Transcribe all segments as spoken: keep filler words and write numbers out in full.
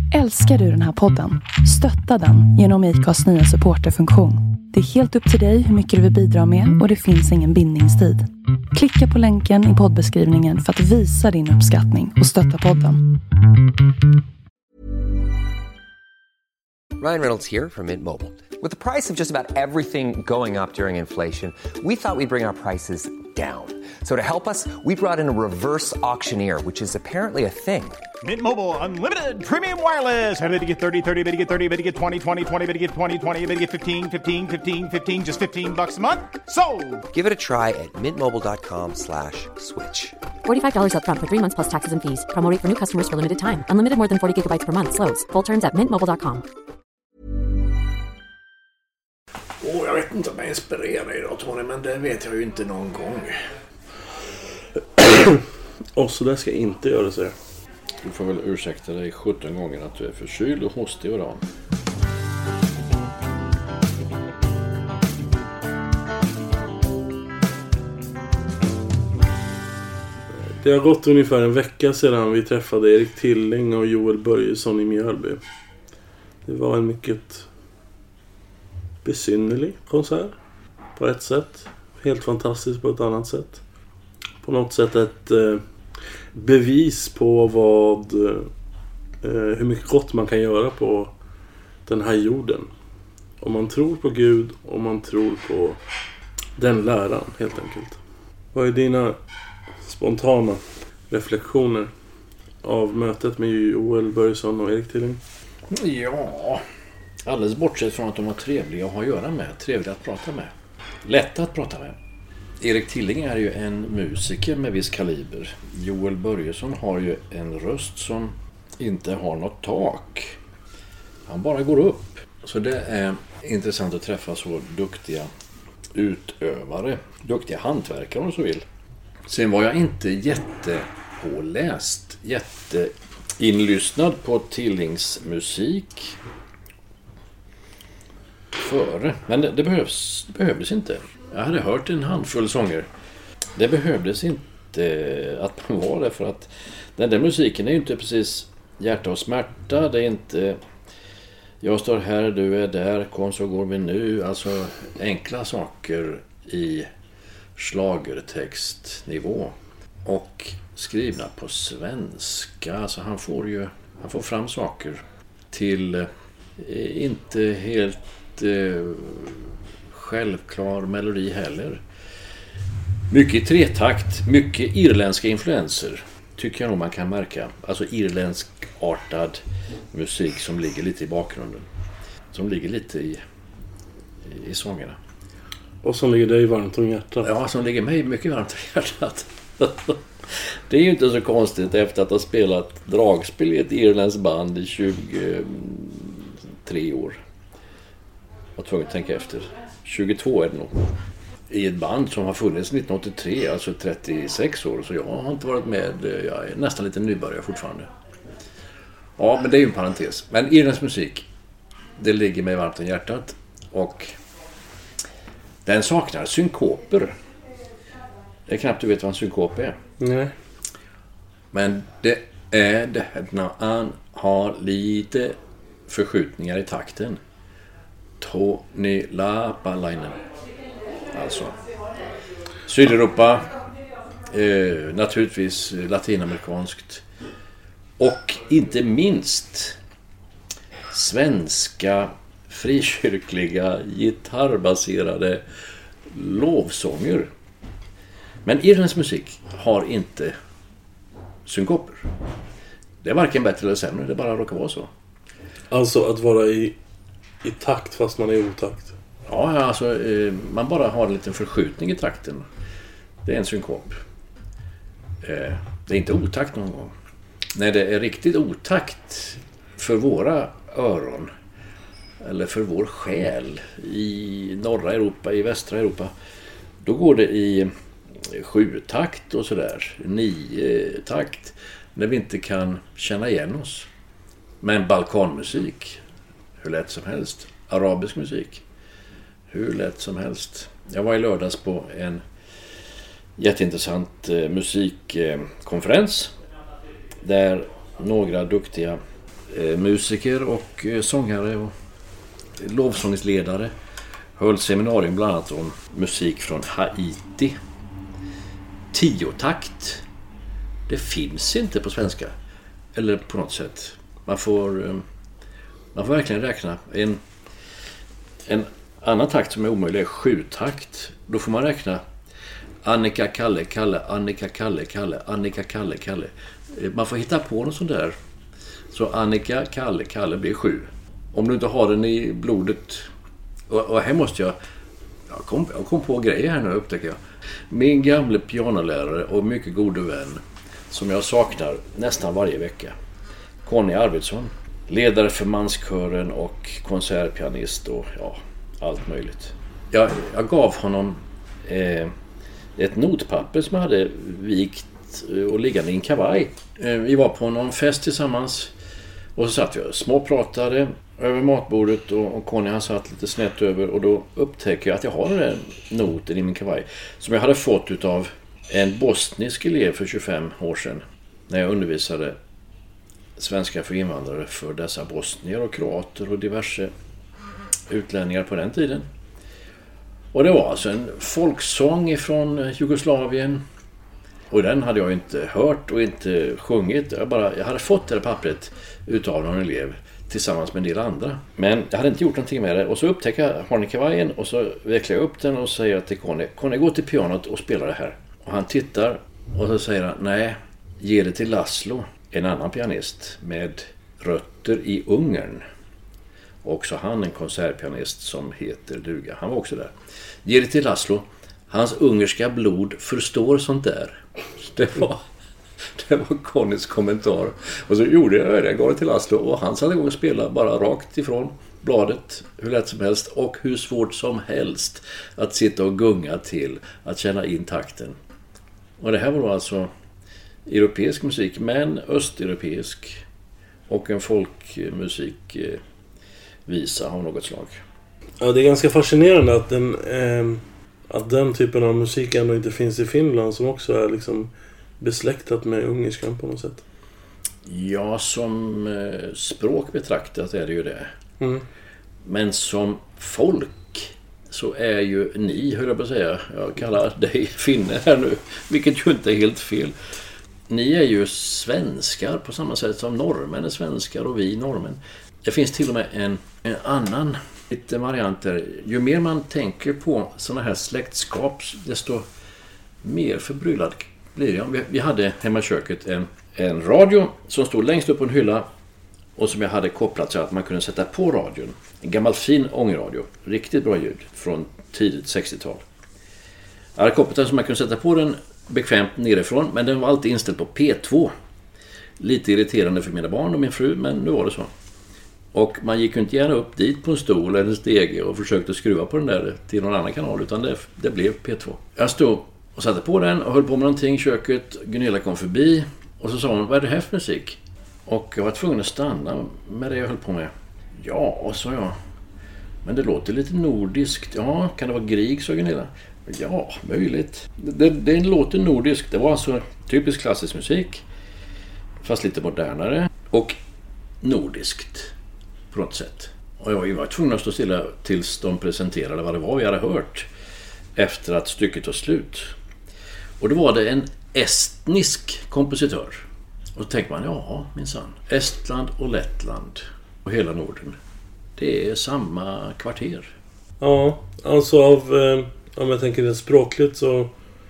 Älskar du den här podden? Stötta den genom I C A:s nya supporterfunktion. Det är helt upp till dig hur mycket du vill bidra med och det finns ingen bindningstid. Klicka på länken i poddbeskrivningen för att visa din uppskattning och stötta podden. Ryan Reynolds here from Mint Mobile. With the price of just about everything going up during inflation, we thought we'd bring our prices down. So to help us, we brought in a reverse auctioneer, which is apparently a thing. Mint Mobile Unlimited Premium Wireless. How to get thirty, thirty, how to get thirty, how to get twenty, twenty, twenty, how to get twenty, twenty, how to get fifteen, fifteen, fifteen, fifteen, just fifteen bucks a month? Sold! Give it a try at mintmobile.com slash switch. forty-five dollars up front for three months plus taxes and fees. Promo rate for new customers for limited time. Unlimited more than forty gigabytes per month. Slows full terms at mint mobile dot com. Oh, jag vet inte om jag inspirerar idag, Tony, men det vet jag ju inte någon gång. Och så där ska jag inte göra, så. Du får väl ursäkta dig sjutton gånger att du är förkyld och hostig idag. Det har gått ungefär en vecka sedan vi träffade Erik Tilling och Joel Börjesson i Mjölby. Det var en mycket besynnerlig konsert på ett sätt. Helt fantastiskt på ett annat sätt. På något sätt ett eh, bevis på vad eh, hur mycket gott man kan göra på den här jorden. Om man tror på Gud, om man tror på den läran, helt enkelt. Vad är dina spontana reflektioner av mötet med Joel Börjesson och Erik Tilling? Ja, alldeles bortsett från att de var trevliga att ha att göra med. Trevliga att prata med. Lätt att prata med. Erik Tilling är ju en musiker med viss kaliber. Joel Börjesson har ju en röst som inte har något tak. Han bara går upp. Så det är intressant att träffa så duktiga utövare. Duktiga hantverkare om du så vill. Sen var jag inte jättepåläst, jätteinlyssnad på Tillings musik före. Men det, det, behövs, det behövdes inte. Jag hade hört en handfull sånger. Det behövdes inte att man var det, för att den där musiken är ju inte precis hjärta och smärta. Det är inte jag står här, du är där, kom så går vi nu. Alltså enkla saker i schlagertextnivå och skrivna på svenska. Alltså han får ju han får fram saker till eh, inte helt eh, självklar melodi heller. Mycket tretakt, mycket irländska influenser tycker jag nog man kan märka. Alltså irländsk-artad musik som ligger lite i bakgrunden. Som ligger lite i, i sångerna. Och som ligger dig varmt om hjärtat. Ja, som ligger mig mycket varmt om hjärtat. Det är ju inte så konstigt efter att ha spelat dragspel i ett irländskt band i tjugotre år. Jag var tvungen att tänka efter. tjugotvå är det nog. I ett band som har funnits nittonhundraåttiotre, alltså trettiosex år. Så jag har inte varit med, jag är nästan lite nybörjare fortfarande. Ja, men det är ju en parentes. Men irländsk musik, det ligger mig varmt om hjärtat. Och den saknar synkoper. Det är knappt du vet vad en synkop är. Nej. Men det är det när han har lite förskjutningar i takten. Tony Lapalainen. Alltså Sydeuropa, eh, naturligtvis latinamerikanskt och inte minst svenska frikyrkliga gitarrbaserade lovsånger. Men irländsk musik har inte synkoper. Det är varken bättre eller sämre, det bara råkar vara så. Alltså att vara i, i takt fast man är i otakt. Ja, alltså eh, man bara har en liten förskjutning i takten. Det är en synkop. Eh, det är inte otakt någon gång. När det är riktigt otakt för våra öron eller för vår själ i norra Europa, i västra Europa, då går det i sju-takt och sådär, nio-takt, när vi inte kan känna igen oss. Men balkanmusik, hur lätt som helst. Arabisk musik, hur lätt som helst. Jag var i lördags på en jätteintressant eh, musikkonferens där några duktiga eh, musiker och eh, sångare och lovsångsledare. Höll seminarium bland annat om musik från Haiti. Tiotakt. Det finns inte på svenska. Eller på något sätt. Man får, eh, man får verkligen räkna. En, en annan takt som är omöjlig är sjutakt. Då får man räkna Annika, Kalle, Kalle, Annika, Kalle, Kalle, Annika, Kalle, Kalle. Man får hitta på något sånt där. Så Annika, Kalle, Kalle blir sju. Om du inte har den i blodet. Och, och här måste jag... Jag kom, jag kom på grejer här nu, upptäcker jag. Min gamla pianolärare och mycket gode vän, som jag saknar nästan varje vecka. Conny Arvidsson. Ledare för manskören och konsertpianist och ja, allt möjligt. Jag, jag gav honom eh, ett notpapper som jag hade vikt och liggande i en kavaj. Eh, vi var på någon fest tillsammans och så satt vi och småpratade över matbordet och, och Conny han satt lite snett över och då upptäcker jag att jag har den där noten i min kavaj som jag hade fått utav en bosnisk elev för tjugofem år sedan när jag undervisade svenska för invandrare för dessa bosnier och kroater och diverse utlänningar på den tiden. Och det var alltså en folksång från Jugoslavien. Och den hade jag inte hört och inte sjungit. Jag, bara, jag hade fått det här pappret utav någon elev tillsammans med en del andra. Men jag hade inte gjort någonting med det. Och så upptäcker jag harnikavajen och så vecklar jag upp den och säger till Conny, Conny gå till pianot och spela det här. Och han tittar och så säger han, nej, ge det till Laszlo, en annan pianist med rötter i Ungern. Också han en konsertpianist som heter duga. Han var också där. Ge det till Laszlo. Hans ungerska blod förstår sånt där. Det var, det var Connys kommentar. Och så gjorde jag det. Jag gav det till Laszlo. Och han satte igång och spela bara rakt ifrån bladet. Hur lätt som helst. Och hur svårt som helst att sitta och gunga till. Att känna in takten. Och det här var då alltså europeisk musik. Men östeuropeisk. Och en folkmusik visa av något slag. Ja, det är ganska fascinerande att den, eh, att den typen av musik ändå inte finns i Finland som också är liksom besläktat med ungerskan på något sätt. Ja, som eh, språk betraktat är det ju det. Mm. Men som folk så är ju ni, hör jag på att säga, jag kallar dig finne här nu, vilket ju inte är helt fel. Ni är ju svenskar på samma sätt som norrmän är svenskar och vi norrmän. Det finns till och med en, en annan lite varianter. Ju mer man tänker på sådana här släktskap, desto mer förbryllad blir jag. Vi, vi hade hemma i köket en, en radio som stod längst upp på en hylla och som jag hade kopplat så att man kunde sätta på radion. En gammal fin ångradio. Riktigt bra ljud från tidigt sextiotal. Jag hade kopplat den så man kunde sätta på den bekvämt nerifrån, men den var alltid inställd på P två. Lite irriterande för mina barn och min fru, men nu var det så. Och man gick ju inte gärna upp dit på en stol eller en stege och försökte skruva på den där till någon annan kanal, utan det, det blev P två. Jag stod och satte på den och höll på med någonting i köket. Gunilla kom förbi och så sa hon, vad är det här för musik? Och jag var tvungen att stanna med det jag höll på med. Ja, sa jag. Men det låter lite nordiskt. Ja, kan det vara Grieg, sa Gunilla. Ja, möjligt. Det, det låter nordiskt. Det var alltså typisk klassisk musik. Fast lite modernare. Och nordiskt. På något sätt. Och jag var tvungen att stå stilla tills de presenterade vad det var vi hade hört. Efter att stycket var slut. Och då var det en estnisk kompositör. Och då tänker man, ja, minsann. Estland och Lettland. Och hela Norden. Det är samma kvarter. Ja, alltså av... Eh, om jag tänker det språkligt så...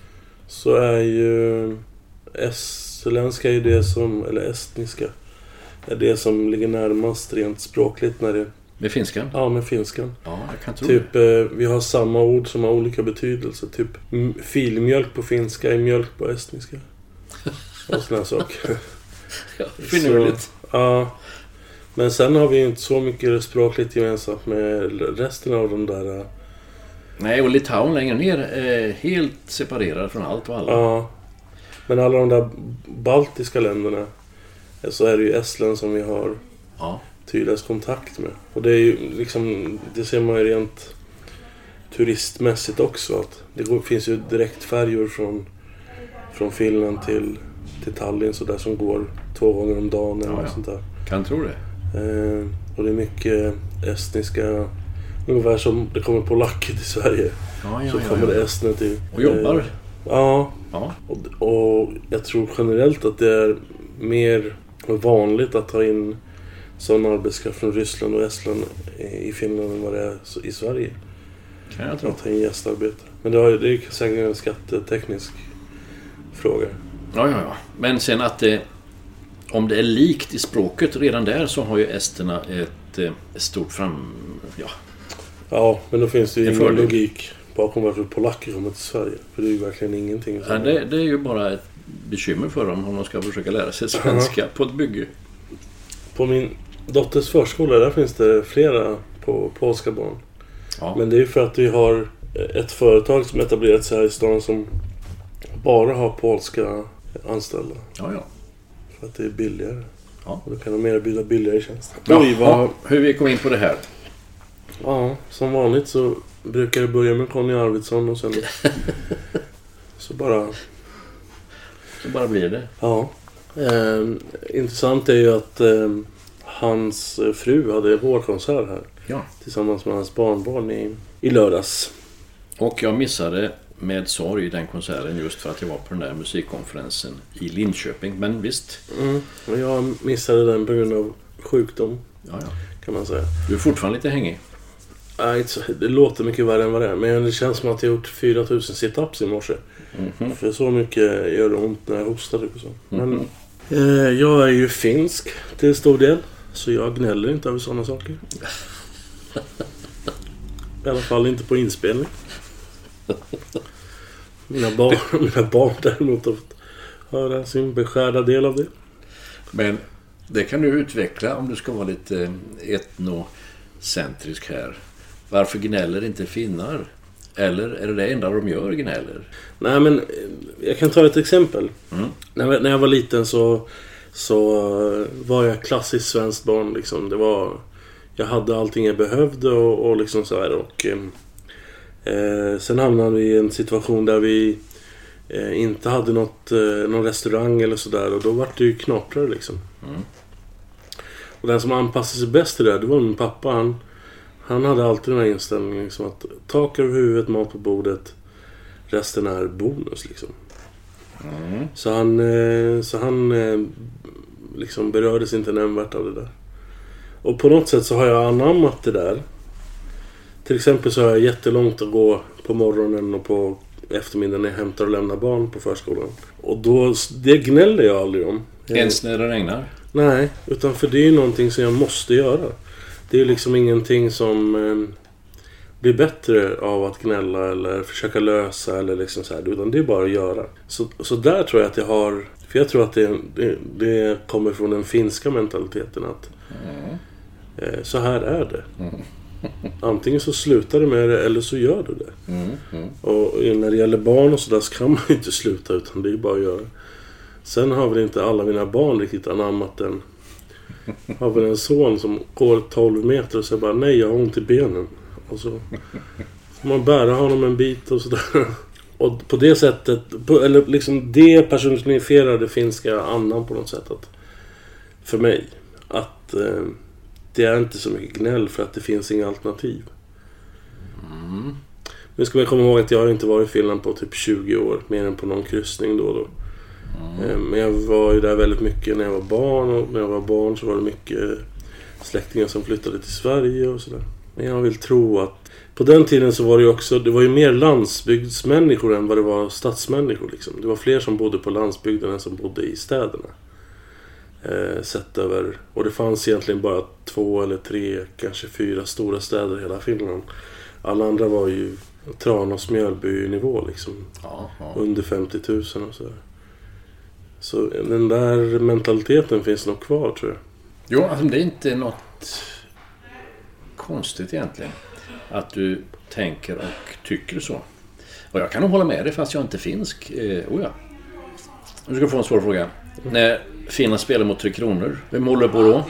Så är ju... Estländska är ju det som... Eller estniska. Är det som ligger närmast rent språkligt när det... Med finskan? Ja, med finskan. Ja, jag kan tro typ, det. Eh, vi har samma ord som har olika betydelser. Typ m- filmjölk på finska är mjölk på estniska. Och sådana saker. Ja, finurligt. Ja. Men sen har vi ju inte så mycket språkligt gemensamt med resten av de där... Uh... Nej, och Litauen längre ner är helt separerad från allt och alla. Ja. Men alla de där baltiska länderna så är det ju Estland som vi har ja. tydligast kontakt med. Och det är ju liksom, det ser man ju rent turistmässigt också, att det går, finns ju direktfärjor från, från Finland till, till Tallinn så där som går två gånger om dagen eller ja, ja. sånt där. Kan tro det. Eh, och det är mycket estniska, ungefär som det kommer polacker till Sverige. Ja, ja, så ja, kommer ja. det estner till. Och jobbar. Eh, ja. Ja. Och, och jag tror generellt att det är mer vanligt att ta in sån arbetskraft från Ryssland och Estland i Finland än vad det är i Sverige. Kan jag tro. Att ta in gästarbetare. Men det, har, det är säkert en skatteteknisk fråga. Ja, ja, ja. Men sen att det, om det är likt i språket redan där, så har ju esterna ett, ett stort fram... Ja. Ja, men då finns det ju En ingen fördel. logik bakom varför polacker kommer till Sverige. För det är ju verkligen ingenting. Ja, det, det är ju bara ett bekymmer för dem om de ska försöka lära sig svenska på ett bygge. På min dotters förskola där finns det flera på polska barn. Ja. Men det är ju för att vi har ett företag som etablerat sig här i stan som bara har polska anställda. Ja, ja. För att det är billigare. Ja. Och då kan de erbjuda billigare tjänster. Ja, Oj, vad... hur vi kom in på det här. Ja, som vanligt så brukar det börja med Conny Arvidsson och sen så bara... Så bara blir det. Ja. Eh, intressant är ju att eh, hans fru hade vårkonsert här. Ja. Tillsammans med hans barnbarn i, i lördags. Och jag missade med sorg den konserten just för att jag var på den där musikkonferensen i Linköping. Men visst. Mm. Och jag missade den på grund av sjukdom, Ja, ja. kan man säga. Du är fortfarande lite hängig. Nej, det låter mycket värre än vad det är. Men det känns som att jag gjort fyra tusen sit-ups i morse. Mm-hmm. För så mycket gör det ont när jag hostar. Och så. Men eh, jag är ju finsk till stor del. Så jag gnäller inte över sådana saker. I alla fall inte på inspelning. Mina barn, mina barn däremot har fått höra sin beskärda del av det. Men det kan du utveckla om du ska vara lite etnocentrisk här. Varför gnäller inte finnar? Eller är det det enda de gör, gnäller? Nej, men jag kan ta ett exempel. Mm. När, jag, när jag var liten så, så var jag klassiskt svenskt barn. Liksom. Det var, jag hade allting jag behövde och, och liksom så här. Och, eh, sen hamnade vi i en situation där vi eh, inte hade något, eh, någon restaurang eller sådär. Och då var det ju knaprare liksom. Mm. Och den som anpassade sig bäst till det, det var min pappa. Han, han hade alltid den här inställningen liksom, att tak över huvudet, mat på bordet, resten är bonus liksom. Mm. Så han, så han liksom berördes inte nämnvärt av det där. Och på något sätt så har jag anammat det där. Till exempel så har jag jättelångt att gå på morgonen och på eftermiddagen när jag hämtar och lämnar barn på förskolan. Och då, det gnäller jag aldrig om. Ens när det regnar? Nej, utan för det är ju någonting som jag måste göra. Det är liksom ingenting som eh, blir bättre av att gnälla eller försöka lösa eller liksom så här, utan det är bara att göra. Så, så där tror jag att jag har, för jag tror att det, det, det kommer från den finska mentaliteten att Mm. eh, så här är det. Mm. Antingen så slutar du med det eller så gör du det. Mm. Mm. Och när det gäller barn och sådär så kan man ju inte sluta, utan det är bara att göra. Sen har väl inte alla mina barn riktigt anammat den. Har väl en son som går tolv meter och säger bara nej, jag har ont i benen. Och så får man bära honom en bit och sådär. Och på det sättet, på, eller liksom det personifierar det finska annan på något sätt. Att, för mig, att eh, det är inte så mycket gnäll för att det finns inga alternativ. Mm. Nu ska man komma ihåg att jag har inte varit i Finland på typ tjugo år, mer än på någon kryssning då och då. Mm. Men jag var ju där väldigt mycket när jag var barn, och när jag var barn så var det mycket släktingar som flyttade till Sverige och sådär. Men jag vill tro att på den tiden så var det ju också, det var ju mer landsbygdsmänniskor än vad det var stadsmänniskor liksom. Det var fler som bodde på landsbygden än som bodde i städerna. Eh, sett över, och det fanns egentligen bara två eller tre, kanske fyra stora städer i hela Finland. Alla andra var ju Tranås, Mjölby nivå liksom. Ja, ja. Under femtio tusen och sådär. Så den där mentaliteten finns nog kvar, tror jag. Jo, alltså det är inte något konstigt egentligen att du tänker och tycker så. Och jag kan nog hålla med dig fast jag inte är finsk. Eh, oh ja. Nu ska du få en svår fråga. Mm. När Finland spelar mot Tre Kronor, vem håller på då?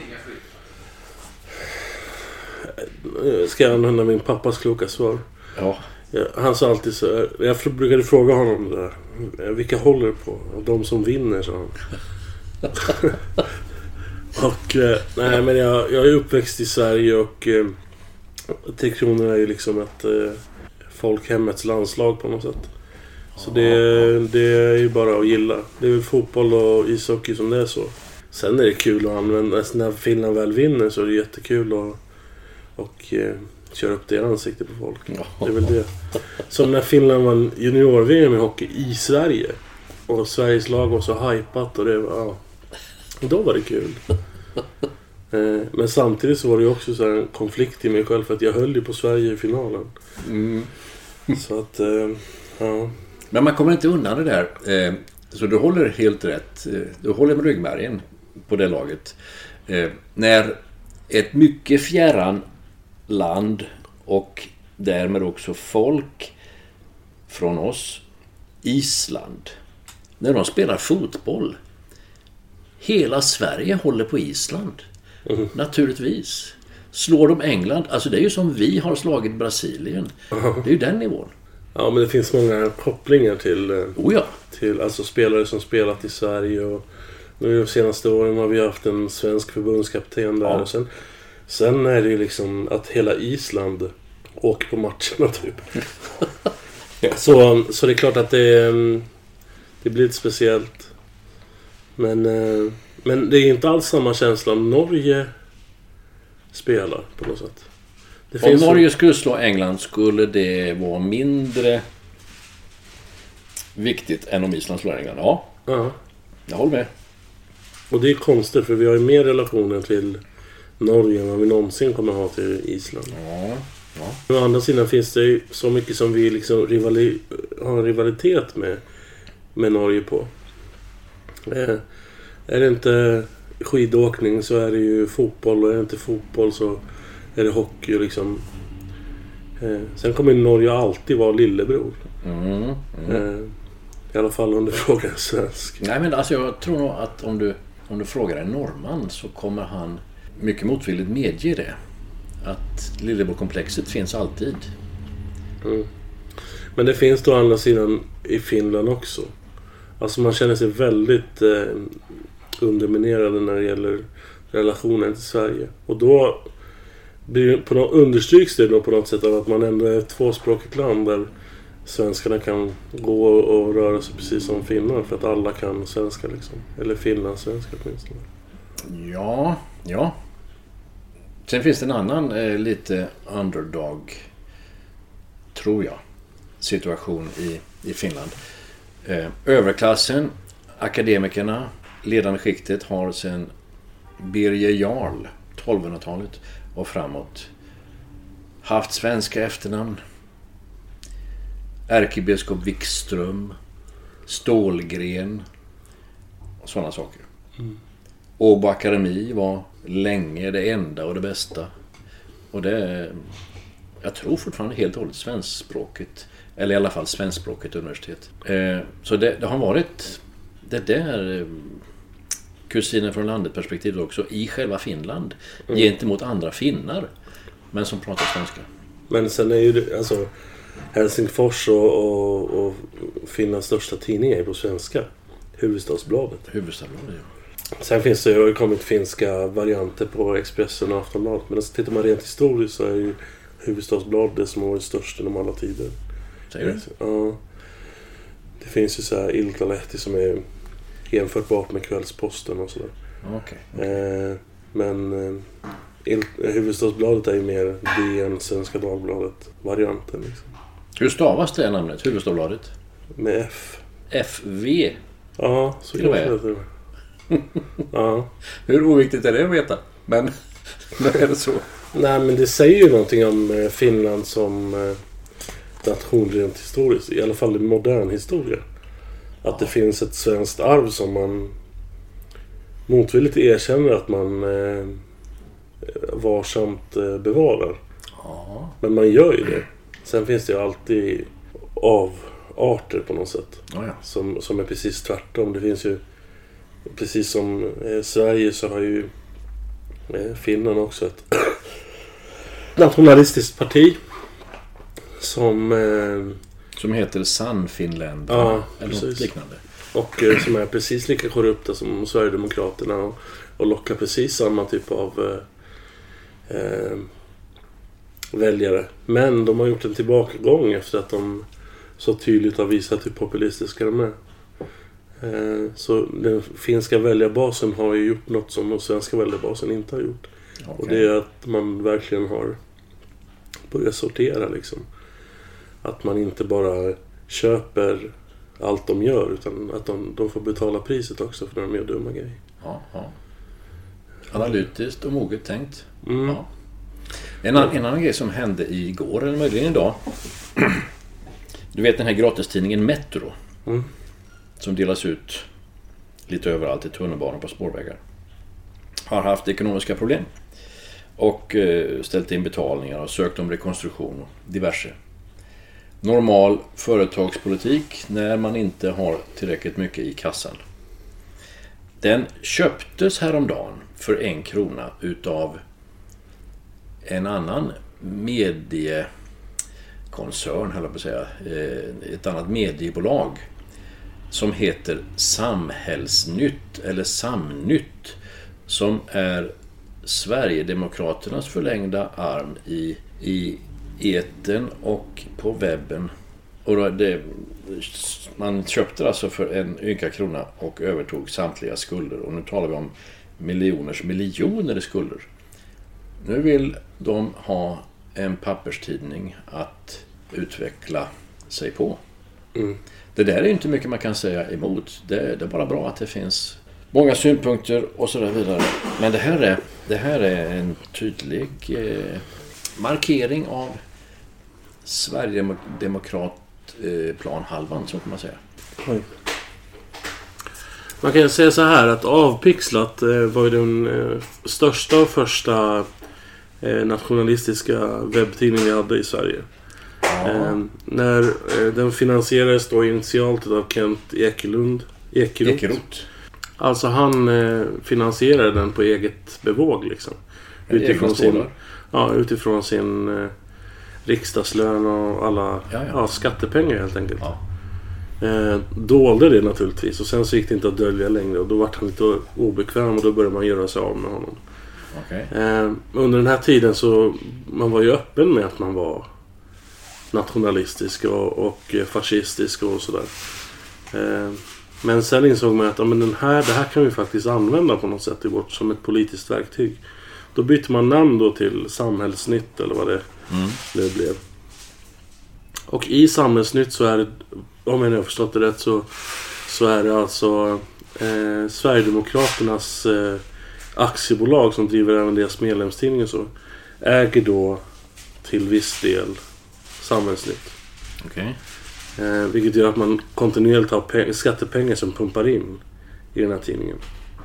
Ska jag använda min pappas kloka svar? Ja. Ja, han sa alltid så. Jag brukade fråga honom där. Vilka håller på? De som vinner, sa han. Och eh, nej men jag, jag är uppväxt i Sverige och eh, Tre Kronor är ju liksom ett eh, folkhemmets landslag på något sätt. Så det, det är ju bara att gilla. Det är väl fotboll och ishockey som det är så. Sen är det kul att använda, när Finland väl vinner så är det jättekul att och, eh, köra upp det ansiktet på folk. Det är väl det. Som när Finland vann junior-V M i hockey i Sverige. Och Sveriges lag var så hypat och det var, ja. Och då var det kul. Eh, men samtidigt så var det ju också så här en konflikt i mig själv för att jag höll ju på Sverige i finalen. Mm. Så att, eh, ja. Men man kommer inte undan det där. Eh, så du håller helt rätt. Du håller med ryggmärgen på det laget. Eh, när ett mycket fjärran land och därmed också folk från oss, Island, när de spelar fotboll, hela Sverige håller på Island. Mm. Naturligtvis. Slår de England, alltså det är ju som vi har slagit Brasilien. Mm. Det är ju den nivån. Ja, men det finns många kopplingar till, oh ja. till alltså spelare som spelat i Sverige. Och nu de senaste åren har vi haft en svensk förbundskapten där. Ja. Och sen, sen är det ju liksom att hela Island åker på matcherna typ. så, så det är klart att det, det blir lite speciellt. Men, men det är inte alls samma känsla om Norge spelar på något sätt. Det om Norge skulle slå England skulle det vara mindre viktigt än om Island slår England. Ja, ja. Jag håller med. Och det är konstigt för vi har ju mer relationer till Norge än vad vi någonsin kommer ha till Island. Ja, ja. Å andra sidan finns det ju så mycket som vi liksom rivali- har en rivalitet med, med Norge på. Eh, är det inte skidåkning så är det ju fotboll, och är det inte fotboll så är det hockey liksom. Eh, sen kommer Norge alltid vara lillebror. Mm, mm. Eh, I alla fall om du frågar en svensk. Nej, men alltså jag tror nog att om du, om du frågar en norrman så kommer han mycket motvilligt medge det. Att lillebrorkomplexet finns alltid. Mm. Men det finns då å andra sidan i Finland också. Alltså man känner sig väldigt eh, underminerad när det gäller relationen till Sverige. Och då blir, på något, understryks det då på något sätt av att man ändå är ett tvåspråkigt land där svenskarna kan gå och röra sig precis som finnar för att alla kan svenska liksom. Eller finlandssvenska åtminstone. Ja, ja. Sen finns det en annan eh, lite underdog, tror jag, situation i, i Finland. Eh, överklassen, akademikerna, ledande skiktet har sedan Birger Jarl, tolvhundratalet och framåt, haft svenska efternamn. Ärkebiskop Wikström, Stålgren och sådana saker. Mm. Åbo Akademi var länge det enda och det bästa. Och det, jag tror fortfarande helt och hållet svenskspråket, eller i alla fall svenskspråket universitet. Eh, så det, det har varit det där kusinen från landet perspektivet också i själva Finland mm. gentemot andra finnar, men som pratar svenska. Men sen är ju det, alltså Helsingfors och, och, och Finlands största tidning är på svenska. Hufvudstadsbladet. Hufvudstadsbladet, ja. Sen finns det ju kommit finska varianter på Expressen och Aftonbladet. Men tittar man rent historiskt så är ju Hufvudstadsbladet det som har varit störst inom alla tider. Säger du? Ja. Det finns ju så här Iltalehti som är jämförbart med Kvällsposten och sådär. Okej. Okay, okay. Eh, men eh, Hufvudstadsbladet är ju mer D N, Svenska Dagbladet varianten liksom. Hur stavas det namnet, Hufvudstadsbladet? Med F. F V? Ja, så kan det vara. Ja. Hur oviktigt är det att veta? Men nu är det så. Nej, men det säger ju någonting om Finland som nation rent historiskt. I alla fall i modern historia. Att det finns ett svenskt arv som man motvilligt erkänner att man eh, varsamt eh, bevarar. Ja. Men man gör ju det. Sen finns det ju alltid avarter på något sätt. Ja, ja. Som, som är precis tvärtom. Det finns ju, precis som eh, Sverige så har ju eh, Finland också ett nationalistiskt parti. Som... Eh, som heter Sannfinland. Ja, eller något liknande. och eh, som är precis lika korrupta som Sverigedemokraterna och, och lockar precis samma typ av eh, eh, väljare. Men de har gjort en tillbakagång efter att de så tydligt har visat hur populistiska de är. Eh, så den finska väljarbasen har ju gjort något som den svenska väljarbasen inte har gjort. Okay. Och det är att man verkligen har börjat sortera liksom. Att man inte bara köper allt de gör, utan att de, de får betala priset också för när de gör dumma grejer. Ja, ja. Analytiskt och moget tänkt. Mm. Ja. En, annan, en annan grej som hände igår, eller möjligen idag. Du vet den här gratistidningen Metro. Mm. Som delas ut lite överallt i tunnelbanor på spårvägar. Har haft ekonomiska problem. Och eh, ställt in betalningar och sökt om rekonstruktion och diverse. Normal företagspolitik när man inte har tillräckligt mycket i kassan. Den köptes häromdagen för en krona utav en annan mediekoncern, höll jag på att säga, ett annat mediebolag som heter Samhällsnytt eller Samnytt, som är Sverigedemokraternas förlängda arm i, i etern och på webben. Och då det, man köpte alltså för en ynka krona och övertog samtliga skulder. Och nu talar vi om miljoners miljoner skulder. Nu vill de ha en papperstidning att utveckla sig på. Mm. Det där är inte mycket man kan säga emot. Det, det är bara bra att det finns många synpunkter och så där vidare. Men det här är, det här är en tydlig eh, markering av Sverigedemokrat eh, planhalvan, så kan man säga. Oj. Man kan säga så här att Avpixlat eh, var ju den eh, största och första eh, nationalistiska webbtidningen vi hade i Sverige. Ja. Eh, när eh, den finansierades då initialt av Kent Ekelund. Ekeroth. Ekeroth. Alltså han eh, finansierade den på eget bevåg liksom. Utifrån sin, ja, utifrån sin eh, riksdagslön och alla ja, ja. Ja, skattepengar helt enkelt. Ja. Eh, dolde det naturligtvis, och sen så gick det inte att dölja längre, och då var han lite obekväm och då började man göra sig av med honom. Okay. Eh, under den här tiden så man var ju öppen med att man var nationalistisk och, och fascistisk och sådär. Eh, men sen insåg man att ja, men den här, det här kan vi faktiskt använda på något sätt i vårt, som ett politiskt verktyg. Då bytte man namn då till Samhällsnytt eller vad det, mm. det blev. Och i Samhällsnytt så är det, om jag nu har förstått det rätt, så, så är det alltså eh, Sverigedemokraternas eh, aktiebolag som driver även deras medlemstidning och så, äger då till viss del Samhällsnytt. Okay. Eh, vilket gör att man kontinuerligt har pe- skattepengar som pumpar in i den här tidningen.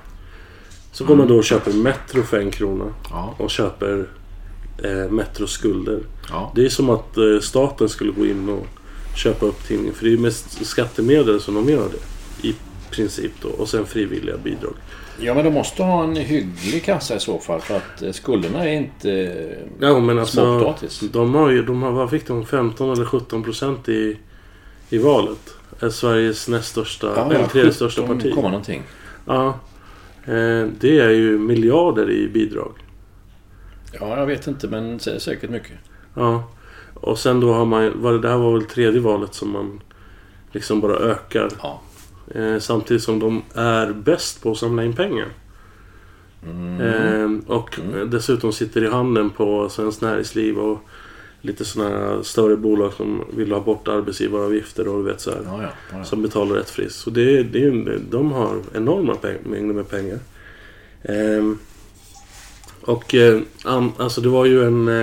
Så går mm. man då och köper Metro för en krona. Ja. Och köper eh, Metros skulder. Ja. Det är som att eh, staten skulle gå in och köpa upp tidningen. För det är mest skattemedel som de gör det. I princip då. Och sen frivilliga bidrag. Ja, men de måste ha en hygglig kassa i så fall. För att skulderna är inte ja, men alltså, småpotatis. De har ju, de har, vad fick de? femton eller sjutton procent i, i valet. Är Sveriges näst största, ja, eller tredje största parti. Kommer någonting. Ja. Eh, det är ju miljarder i bidrag. Ja, jag vet inte, men det är säkert mycket. Ja. Och sen då har man, var det, det här var väl tredje valet som man liksom bara ökar. Ja. Eh, samtidigt som de är bäst på att samla in pengar. Mm. Eh, och mm. dessutom sitter i handen på Svenskt Näringsliv och lite sådana större bolag som vill ha bort arbetsgivaravgifter och vet så här, ja, ja, ja, ja. som betalar rätt friskt. Så det, det är ju, de har enorma peng- mängder med pengar. Eh, och eh, an, alltså det var ju en eh,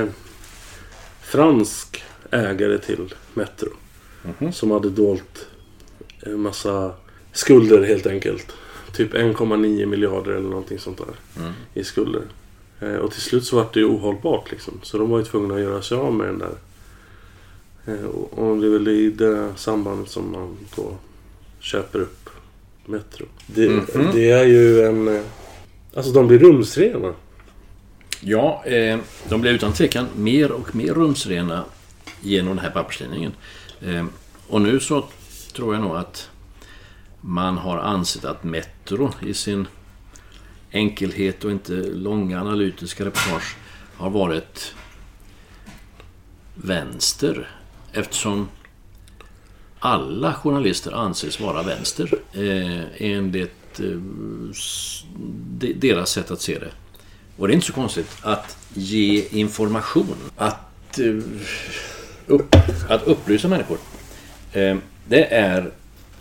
fransk ägare till Metro mm-hmm. som hade dolt en massa skulder helt enkelt. Typ en komma nio miljarder eller någonting sånt där mm. i skulder. Eh, och till slut så var det ju ohållbart liksom. Så de var ju tvungna att göra sig av med den där. Eh, och, och det är väl i det sambandet som man då köper upp Metro. Det, mm-hmm. det är ju en... Eh, alltså de blir rumsrena. Ja, eh, de blir utan tvekan mer och mer rumsrena genom den här papperstidningen. Eh, och nu så tror jag nog att Man har ansett att Metro i sin enkelhet och inte långa analytiska reportage har varit vänster, eftersom alla journalister anses vara vänster eh, enligt eh, deras sätt att se det. Och det är inte så konstigt att ge information, att, eh, upp, att upplysa människor. Eh, det är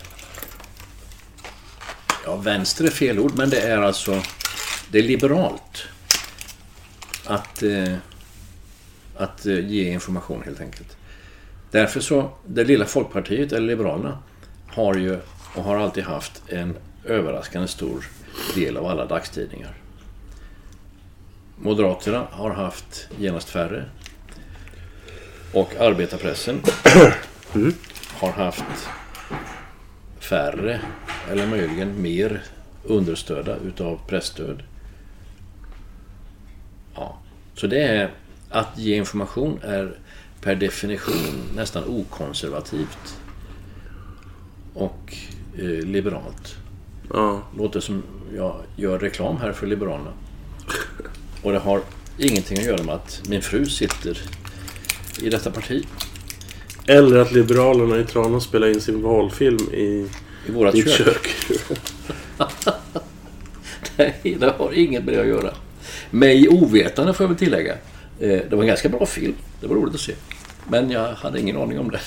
ja, vänster är fel ord, men det är alltså det är liberalt att eh, att eh, ge information helt enkelt. Därför så, det lilla Folkpartiet eller Liberalerna har ju och har alltid haft en överraskande stor del av alla dagstidningar. Moderaterna har haft genast färre och arbetarpressen mm. har haft färre eller möjligen mer understödda utav pressstöd. Ja, så det är att ge information är per definition nästan okonservativt och eh, liberalt. Ja. Låter som jag gör reklam här för Liberalerna. Och det har ingenting att göra med att min fru sitter i detta parti. Eller att Liberalerna i Tranås spelar in sin valfilm i, I vårat i kök. kök. Nej, det har inget med det att göra. Mig ovetande får jag väl tillägga. Eh, det var en ganska bra film. Det var roligt att se. Men jag hade ingen aning om det.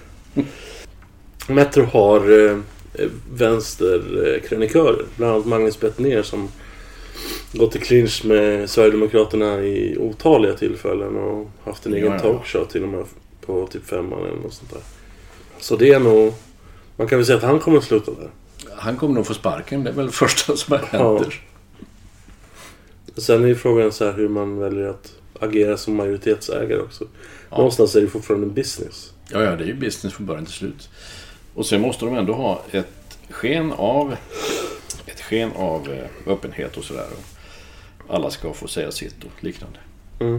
Metro har eh, vänsterkrönikörer. Bland annat Magnus Bettner som gått i clinch med Sverigedemokraterna i otaliga tillfällen och haft en egen ja, ja. talkshow till och med på typ femman eller något sånt där. Så det är nog, man kan väl säga att han kommer att sluta där. Han kommer nog få sparken, det är väl det första som händer. Ja. Sen är ju frågan så här hur man väljer att agera som majoritetsägare också. Ja. Någonstans är det fortfarande en business. Ja, ja, det är ju business från början till slut. Och sen måste de ändå ha ett sken av ett sken av eh, öppenhet och sådär. Alla ska få säga sitt och liknande. Mm.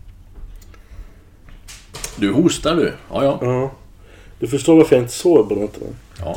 Du hostar du? Ja, ja. Ja. Du förstår varför jag inte sover på nätterna. Ja.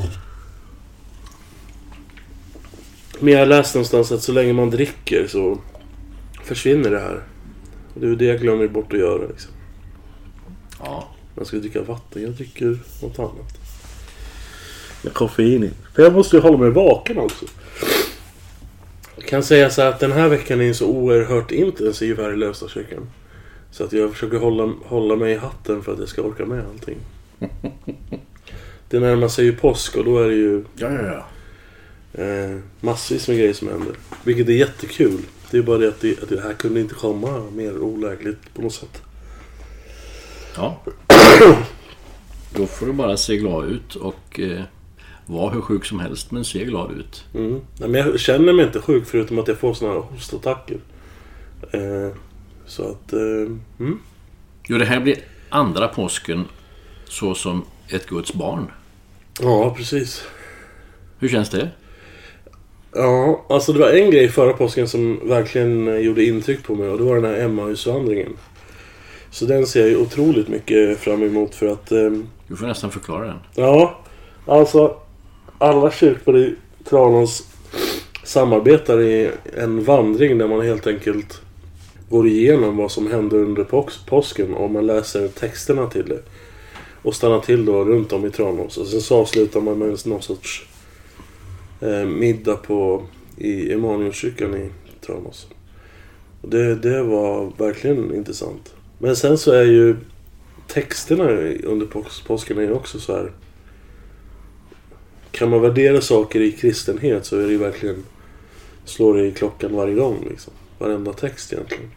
Men jag har läst någonstans att så länge man dricker så försvinner det här. Och det är det jag glömmer bort att göra liksom. Ja. Man ska dricka vatten, jag dricker något annat. Med koffein i. För jag måste ju hålla mig vaken också. Jag kan säga så här att den här veckan är så oerhört intensiv här i Lövstadskyrkan. Så att jag försöker hålla, hålla mig i hatten för att jag ska orka med allting. Det närmar sig ju påsk och då är det ju Ja, ja, ja. eh, massvis med grejer som händer. Vilket är jättekul. Det är bara det att det, att det här kunde inte komma mer olägligt på något sätt. Ja. Då får du bara se glad ut och eh, vara hur sjuk som helst, men se glad ut. Mm. Nej, men jag känner mig inte sjuk förutom att jag får såna här hostattacker. Eh, så att... Eh, mm. Jo, det här blir andra påsken så som ett Guds barn. Ja, precis. Hur känns det? Ja, alltså det var en grej förra påsken som verkligen gjorde intryck på mig och det var den här Emmausvandringen. Så den ser jag ju otroligt mycket fram emot för att... Eh, Du får nästan förklara den. Ja, alltså alla kyrkor i Tranås samarbetar i en vandring där man helt enkelt går igenom vad som hände under pås- påsken och man läser texterna till det. Och stannar till då runt om i Tranås. Och sen så avslutar man med någon sorts eh, middag på, i Emanuelskyrkan i Tranås. Och det, det var verkligen intressant. Men sen så är ju texterna under pås- påsken är också så här. Kan man värdera saker i kristenhet så är det ju verkligen slår det i klockan varje gång liksom. Varenda text egentligen.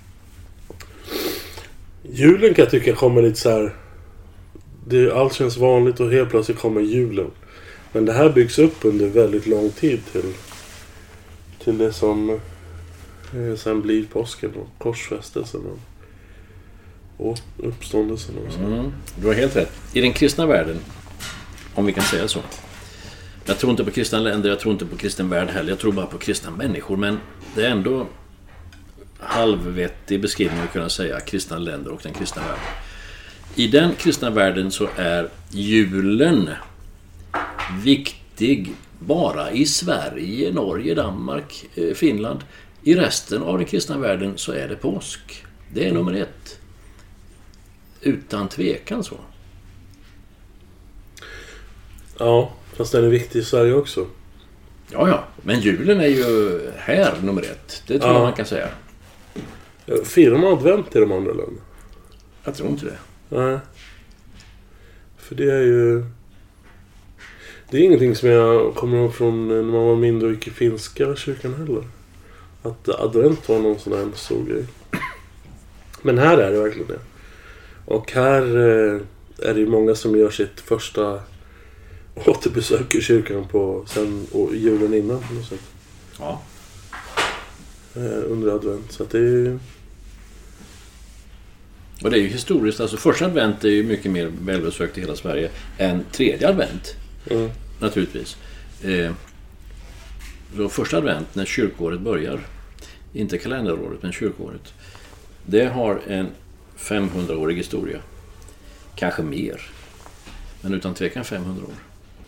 Julen kan jag tycka kommer lite så här. Det, allt känns vanligt och helt plötsligt kommer julen. Men det här byggs upp under väldigt lång tid till till det som eh, sen blir påsken och korsfästelsen och, och uppståndelsen och så. Mm, du har helt rätt. I den kristna världen, om vi kan säga så. Jag tror inte på kristna länder, jag tror inte på kristen värld heller. Jag tror bara på kristna människor. Men det är ändå halvvettig beskrivning att kunna säga kristna länder och den kristna världen. I den kristna världen så är julen viktig bara i Sverige, Norge, Danmark, Finland. I resten av den kristna världen så är det påsk. Det är nummer ett. Utan tvekan så. Ja, fast den är viktig i Sverige också. Ja, ja. Men julen är ju här nummer ett. Det tror ja. jag man kan säga. Firar man advent i de andra länderna? Jag tror inte det. Nej. För det är ju... Det är ingenting som jag kommer ihåg från när man var mindre och gick i finska kyrkan heller. Att advent var någon sån här stor grej. Men här är det verkligen det. Och här är det ju många som gör sitt första återbesök i kyrkan på sen och julen innan på något sätt. Ja. Under advent. Så att det är ju... Och det är ju historiskt. Alltså första advent är ju mycket mer välbesökt i hela Sverige än tredje advent. Mm. Naturligtvis. Eh, så första advent när kyrkåret börjar, inte kalenderåret men kyrkåret, det har en femhundraårig historia. Kanske mer. Men utan tvekan femhundra år.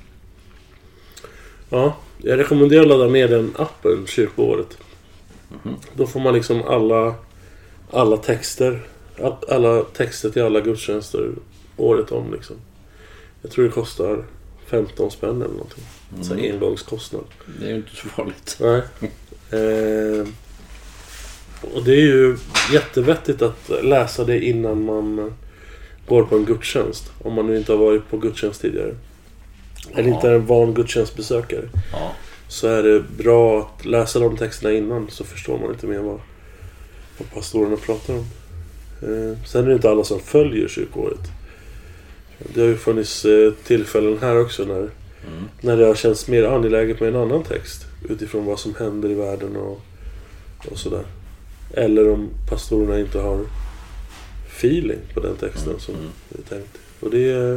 Ja, jag rekommenderar att ladda ner den appen kyrkåret. Mm-hmm. Då får man liksom alla alla texter alla texter till alla gudstjänster året om liksom. Jag tror det kostar femton spänn eller någonting. Mm. Så engångskostnad. Det är ju inte så farligt. Nej. Eh, och det är ju jättevettigt att läsa det innan man går på en gudstjänst. Om man nu inte har varit på gudstjänst tidigare. Ja. Eller inte är en van gudstjänstbesökare. Ja. Så är det bra att läsa de texterna innan. Så förstår man lite mer vad, vad pastorerna pratar om. Eh, sen är det inte alla som följer kyrkåret. Det har ju funnits eh, tillfällen här också när, mm. när det har känts mer angeläget med en annan text. Utifrån vad som händer i världen och, och sådär. Eller om pastorerna inte har feeling på den texten mm. som vi tänkte. Och det är,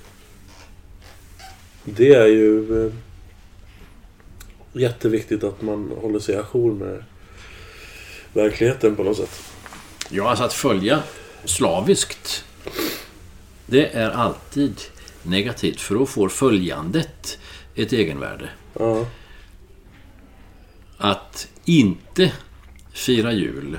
det är ju eh, jätteviktigt att man håller sig ajour med verkligheten på något sätt. Ja, alltså att följa slaviskt, det är alltid negativt, för då får följandet ett egenvärde. Ja. Att inte fira jul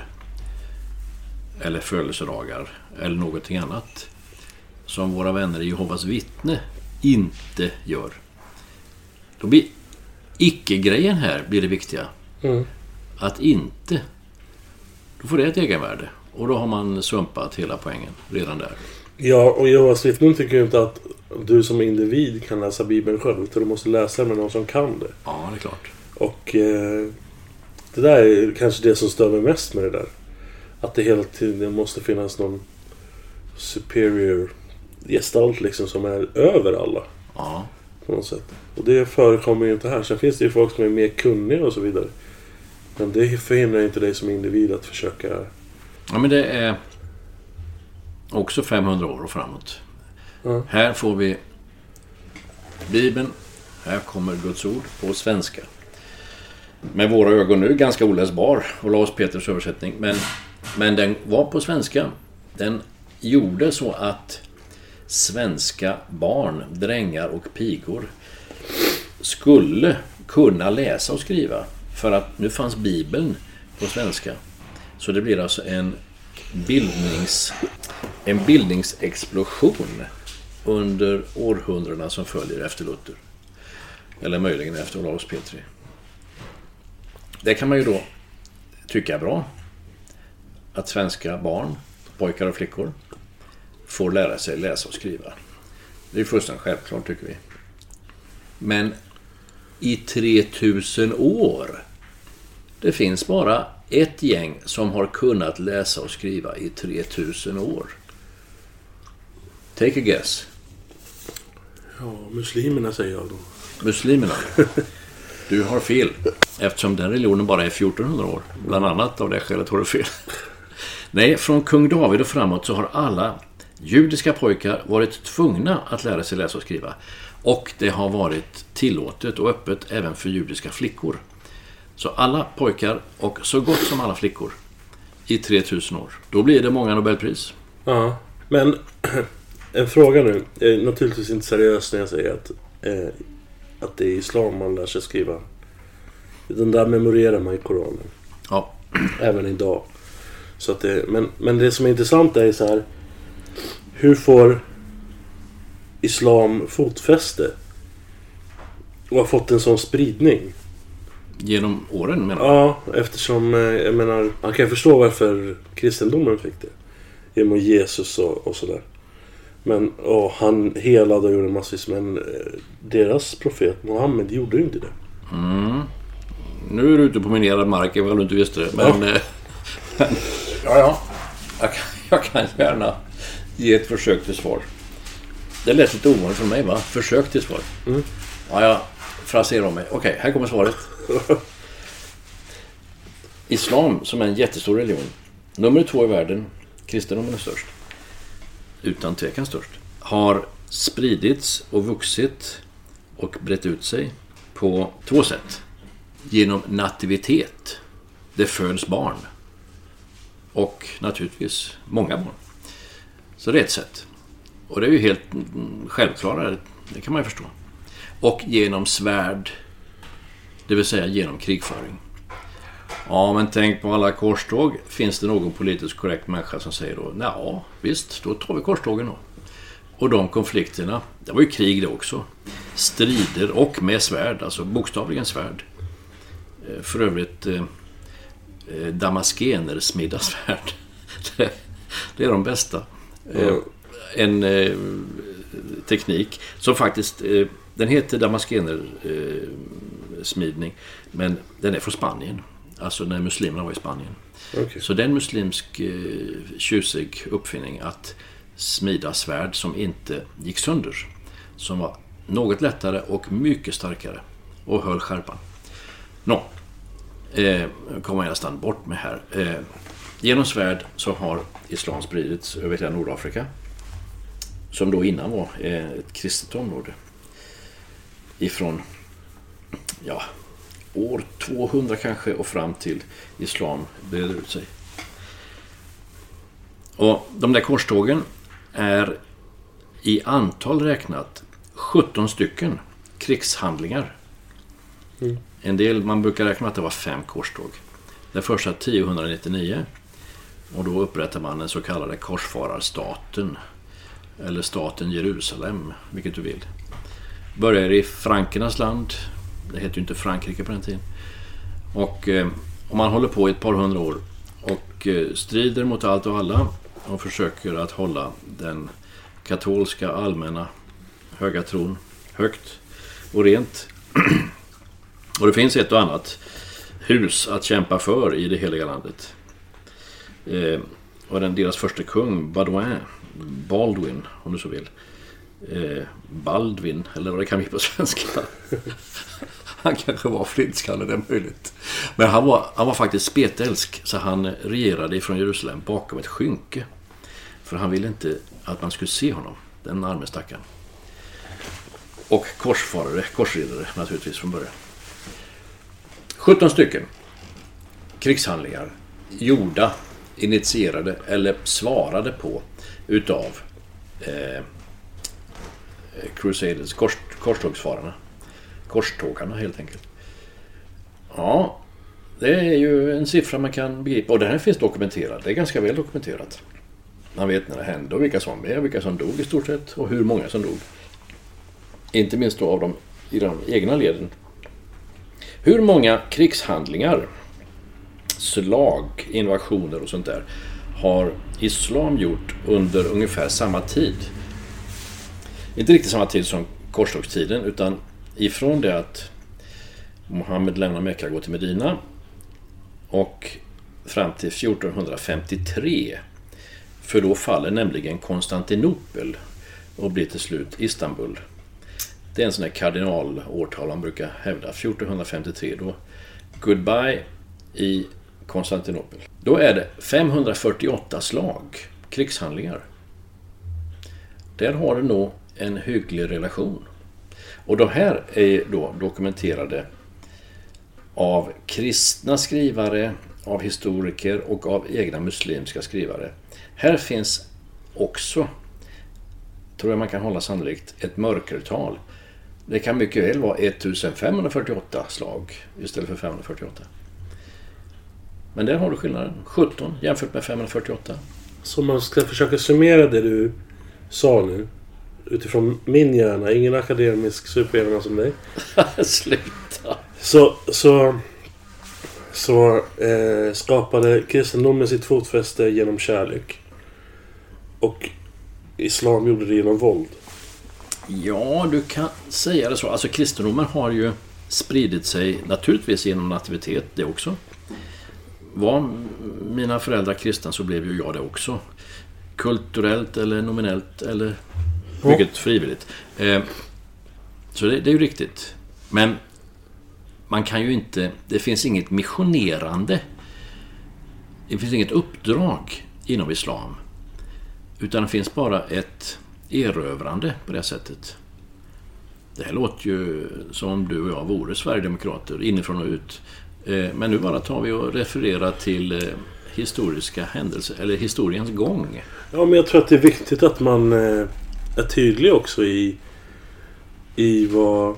eller födelsedagar eller någonting annat som våra vänner i Jehovas vittne inte gör. Då blir icke-grejen här blir det viktiga. Mm. Att inte, då får det ett egenvärde. Och då har man sumpat hela poängen redan där. Ja, och Jehovas vittnen tycker ju inte att du som individ kan läsa Bibeln själv, utan du måste läsa med någon som kan det. Ja, det är klart. Och eh, det där är kanske det som stör mig mest med det där. Att det hela tiden måste finnas någon superior gestalt liksom som är över alla. Ja. På något sätt. Och det förekommer ju inte här. Sen finns det ju folk som är mer kunniga och så vidare. Men det förhindrar inte dig som individ att försöka... Ja, men det är också femhundra år och framåt. Ja. Här får vi Bibeln. Här kommer Guds ord på svenska. Med våra ögon nu ganska oläsbar. Och Lars Peters översättning. Men, men den var på svenska. Den gjorde så att svenska barn, drängar och pigor skulle kunna läsa och skriva. För att nu fanns Bibeln på svenska. Så det blir alltså en bildnings en bildningsexplosion under århundradena som följer efter Luther. Eller möjligen efter Olaus Petri. Det kan man ju då tycka är bra. Att svenska barn, pojkar och flickor får lära sig läsa och skriva. Det är fullständigt självklart tycker vi. Men i tre tusen år det finns bara ett gäng som har kunnat läsa och skriva i tre tusen år. Take a guess. Ja, muslimerna säger jag då. Muslimerna. Du har fel. Eftersom den religionen bara är fjortonhundra år. Bland annat av det skälet har du fel. Nej, från kung David och framåt så har alla judiska pojkar varit tvungna att lära sig läsa och skriva. Och det har varit tillåtet och öppet även för judiska flickor. Så alla pojkar och så gott som alla flickor i tre tusen år. Då blir det många Nobelpris. Ja, men en fråga nu. Jag är naturligtvis inte seriös när jag säger att eh, att det är islam man lär sig skriva. Den där memorerar man i Koranen. Ja. Även idag. Så att det, men, men det som är intressant är så här. Hur får islam fotfäste? Och har fått en sån spridning? Genom åren menar du? Ja, eftersom jag menar, man kan förstå varför kristendomen fick det. Genom Jesus och, och sådär. Men åh, han helade och gjorde massvis. Men eh, deras profet Mohammed gjorde inte det. Mm. Nu är du ute på minerad mark, jag vill du inte visste det. Men, ja. Eh, ja, ja. Jag kan, jag kan gärna ge ett försök till svar. Det lät lite ovanligt för mig, va? Försök till svar. Mm. Ja, jag fraserar om mig. Okej, okay, här kommer svaret. Islam, som är en jättestor religion. Nummer två i världen. Kristendomen är störst. Utan tvekan störst. Har spridits och vuxit och brett ut sig på två sätt. Genom nativitet. Det föds barn. Och naturligtvis många barn. Så det är ett sätt. Och det är ju helt självklart. Det kan man ju förstå. Och genom svärd. Det vill säga genom krigföring. Ja, men tänk på alla korståg. Finns det någon politiskt korrekt människa som säger då, ja visst, då tar vi korstågen då. Och de konflikterna, det var ju krig det också. Strider och med svärd, alltså bokstavligen svärd. För övrigt eh, damaskener smidda svärd. det, det är de bästa. Eh, en eh, teknik som faktiskt, eh, den heter damaskener eh, smidning, men den är från Spanien. Alltså när muslimerna var i Spanien. Okay. Så det är en muslimsk eh, tjusig uppfinning att smida svärd som inte gick sönder. Som var något lättare och mycket starkare. Och höll skärpan. Nå, eh, kommer jag nästan bort med här. Eh, genom svärd så har islam spridits över hela Nordafrika. Som då innan var eh, ett kristet område. Ifrån, ja... år tvåhundra kanske och fram till islam breder ut sig. Och de där korstågen är i antal räknat sjutton stycken krigshandlingar. Mm. En del, man brukar räkna att det var fem korståg. Den första tiohundranittionio och då upprättar man den så kallade korsfararstaten eller staten Jerusalem, vilket du vill. Börjar i frankernas land. Det heter ju inte Frankrike på den tiden. Och eh, om man håller på i ett par hundra år och eh, strider mot allt och alla och försöker att hålla den katolska allmänna höga tron högt och rent. Och det finns ett och annat hus att kämpa för i det heliga landet. Eh, och den deras första kung, Baudouin, Baldwin om du så vill. Eh, Baldwin, eller vad det kan bli på svenska. Han kanske var flintskalle, det är möjligt. Men han var, han var faktiskt spetälsk, så han regerade ifrån Jerusalem bakom ett skynke. För han ville inte att man skulle se honom, den arme stackaren. Och korsfarare, korsridare naturligtvis från början. sjutton stycken krigshandlingar gjorda, initierade eller svarade på utav eh, Crusaders, kors, korstågsfararna. Korstågarna helt enkelt. Ja, det är ju en siffra man kan begripa. Och det här finns dokumenterat. Det är ganska väl dokumenterat. Man vet när det hände och vilka som var med, vilka som dog i stort sett och hur många som dog. Inte minst då av dem i de egna leden. Hur många krigshandlingar, slag, invasioner och sånt där har islam gjort under ungefär samma tid? Inte riktigt samma tid som korstågstiden, utan ifrån det att Mohammed lämnar Mekka och går till Medina och fram till fjortonhundrafemtiotre, för då faller nämligen Konstantinopel och blir till slut Istanbul. Det är en sån här kardinalårtal man brukar hävda, fjortonhundrafemtiotre, då goodbye i Konstantinopel. Då är det femhundrafyrtioåtta slag, krigshandlingar. Där har du nog en hygglig relation. Och de här är då dokumenterade av kristna skrivare, av historiker och av egna muslimska skrivare. Här finns också, tror jag man kan hålla sannolikt, ett mörkertal Det kan mycket väl vara femtonhundrafyrtioåtta slag istället för femhundrafyrtioåtta. Men där har du skillnaden. sjutton jämfört med femhundrafyrtioåtta. Så om man ska försöka summera det du sa nu utifrån min hjärna, ingen akademisk superhjärna som dig. Sluta. Så, så, så eh, skapade kristendomen sitt fotfäste genom kärlek. Och islam gjorde det genom våld. Ja, du kan säga det så. Alltså kristendomen har ju spridit sig naturligtvis genom nativitet, det också. Var mina föräldrar kristna så blev ju jag det också. Kulturellt eller nominellt eller mycket ja. frivilligt. Eh, så det, det är ju riktigt. Men man kan ju inte, det finns inget missionerande. Det finns inget uppdrag inom islam. Utan det finns bara ett erövrande på det sättet. Det här låter ju som om du och jag vore Sverigedemokrater inifrån och ut. Men nu bara tar vi och refererar till historiska händelser eller historiens gång. Ja, men jag tror att det är viktigt att man är tydlig också i i vad...